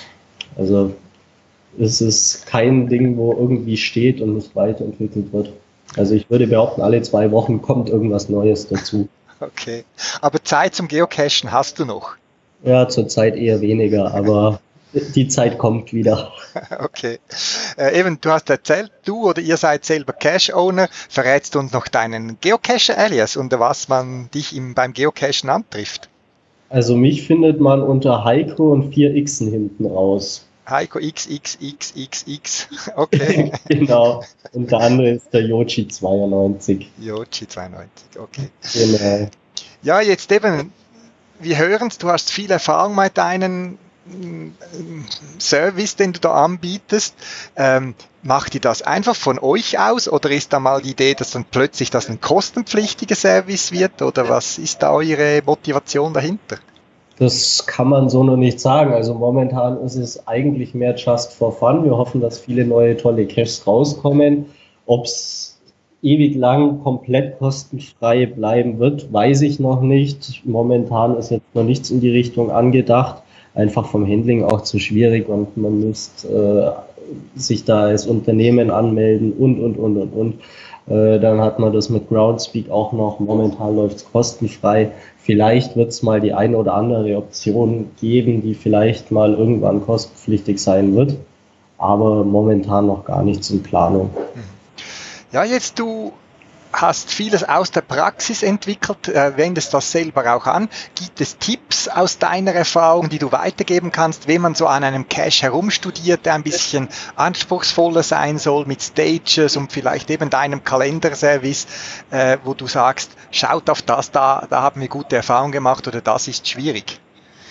Also es ist kein Ding, wo irgendwie steht und nicht weiterentwickelt wird. Also ich würde behaupten, alle 2 Wochen kommt irgendwas Neues dazu. Okay, aber Zeit zum Geocachen hast du noch? Ja, zurzeit eher weniger, aber die Zeit kommt wieder. Okay. Eben, du hast erzählt, du oder ihr seid selber Cache-Owner. Verrätst du uns noch deinen Geocacher-Alias, unter was man dich beim Geocachen antrifft? Also mich findet man unter Heiko und 4 Xen hinten raus. Heiko XXXXX, okay. Genau. Und der andere ist der Yochi92. Yochi92, okay. Genau. Ja, jetzt eben, wir hören es, du hast viel Erfahrung mit deinem Service, den du da anbietest. Macht ihr das einfach von euch aus oder ist da mal die Idee, dass dann plötzlich das ein kostenpflichtiger Service wird oder was ist da eure Motivation dahinter? Das kann man so noch nicht sagen. Also momentan ist es eigentlich mehr just for fun. Wir hoffen, dass viele neue tolle Caches rauskommen. Ob es ewig lang komplett kostenfrei bleiben wird, weiß ich noch nicht. Momentan ist jetzt noch nichts in die Richtung angedacht. Einfach vom Handling auch zu schwierig und man müsste sich da als Unternehmen anmelden und. Dann hat man das mit Groundspeak auch noch. Momentan läuft es kostenfrei. Vielleicht wird es mal die eine oder andere Option geben, die vielleicht mal irgendwann kostenpflichtig sein wird. Aber momentan noch gar nichts in Planung. Ja, jetzt du hast vieles aus der Praxis entwickelt, wendest das selber auch an. Gibt es Tipps aus deiner Erfahrung, die du weitergeben kannst, wenn man so an einem Cache herumstudiert, der ein bisschen anspruchsvoller sein soll mit Stages und vielleicht eben deinem Kalenderservice, wo du sagst, schaut auf das, da haben wir gute Erfahrungen gemacht oder das ist schwierig?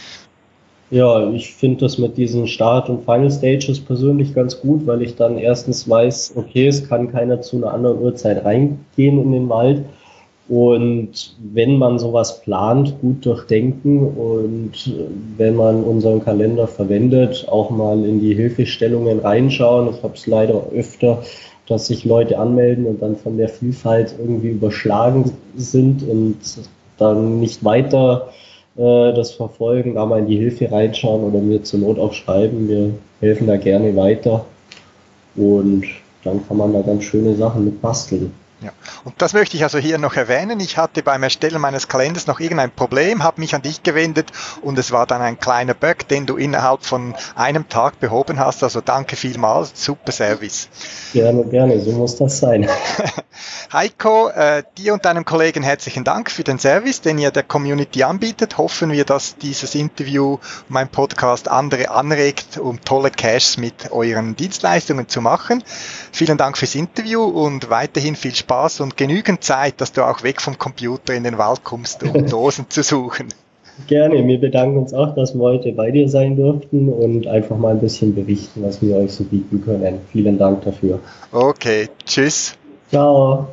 Ja, ich finde das mit diesen Start- und Final Stages persönlich ganz gut, weil ich dann erstens weiß, okay, es kann keiner zu einer anderen Uhrzeit reingehen in den Wald. Und wenn man sowas plant, gut durchdenken und wenn man unseren Kalender verwendet, auch mal in die Hilfestellungen reinschauen. Ich habe es leider öfter, dass sich Leute anmelden und dann von der Vielfalt irgendwie überschlagen sind und dann nicht weiter das verfolgen, da mal in die Hilfe reinschauen oder mir zur Not auch schreiben. Wir helfen da gerne weiter und dann kann man da ganz schöne Sachen mit basteln. Ja. Und das möchte ich also hier noch erwähnen. Ich hatte beim Erstellen meines Kalenders noch irgendein Problem, habe mich an dich gewendet und es war dann ein kleiner Bug, den du innerhalb von einem Tag behoben hast. Also danke vielmals, super Service. Gerne, gerne, so muss das sein. Heiko, dir und deinem Kollegen herzlichen Dank für den Service, den ihr der Community anbietet. Hoffen wir, dass dieses Interview, mein Podcast, andere anregt, um tolle Caches mit euren Dienstleistungen zu machen. Vielen Dank fürs Interview und weiterhin viel Spaß und genügend Zeit, dass du auch weg vom Computer in den Wald kommst, um Dosen zu suchen. Gerne, wir bedanken uns auch, dass wir heute bei dir sein durften und einfach mal ein bisschen berichten, was wir euch so bieten können. Vielen Dank dafür. Okay, tschüss. Ciao.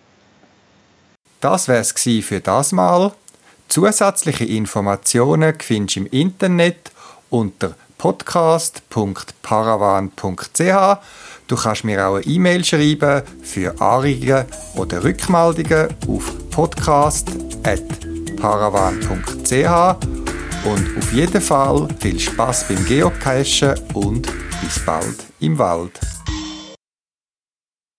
Das wär's gsi für das Mal. Zusätzliche Informationen findest du im Internet unter podcast.paravan.ch. Du kannst mir auch eine E-Mail schreiben für Anregungen oder Rückmeldungen auf podcast.paravan.ch. Und auf jeden Fall viel Spaß beim Geocachen und bis bald im Wald.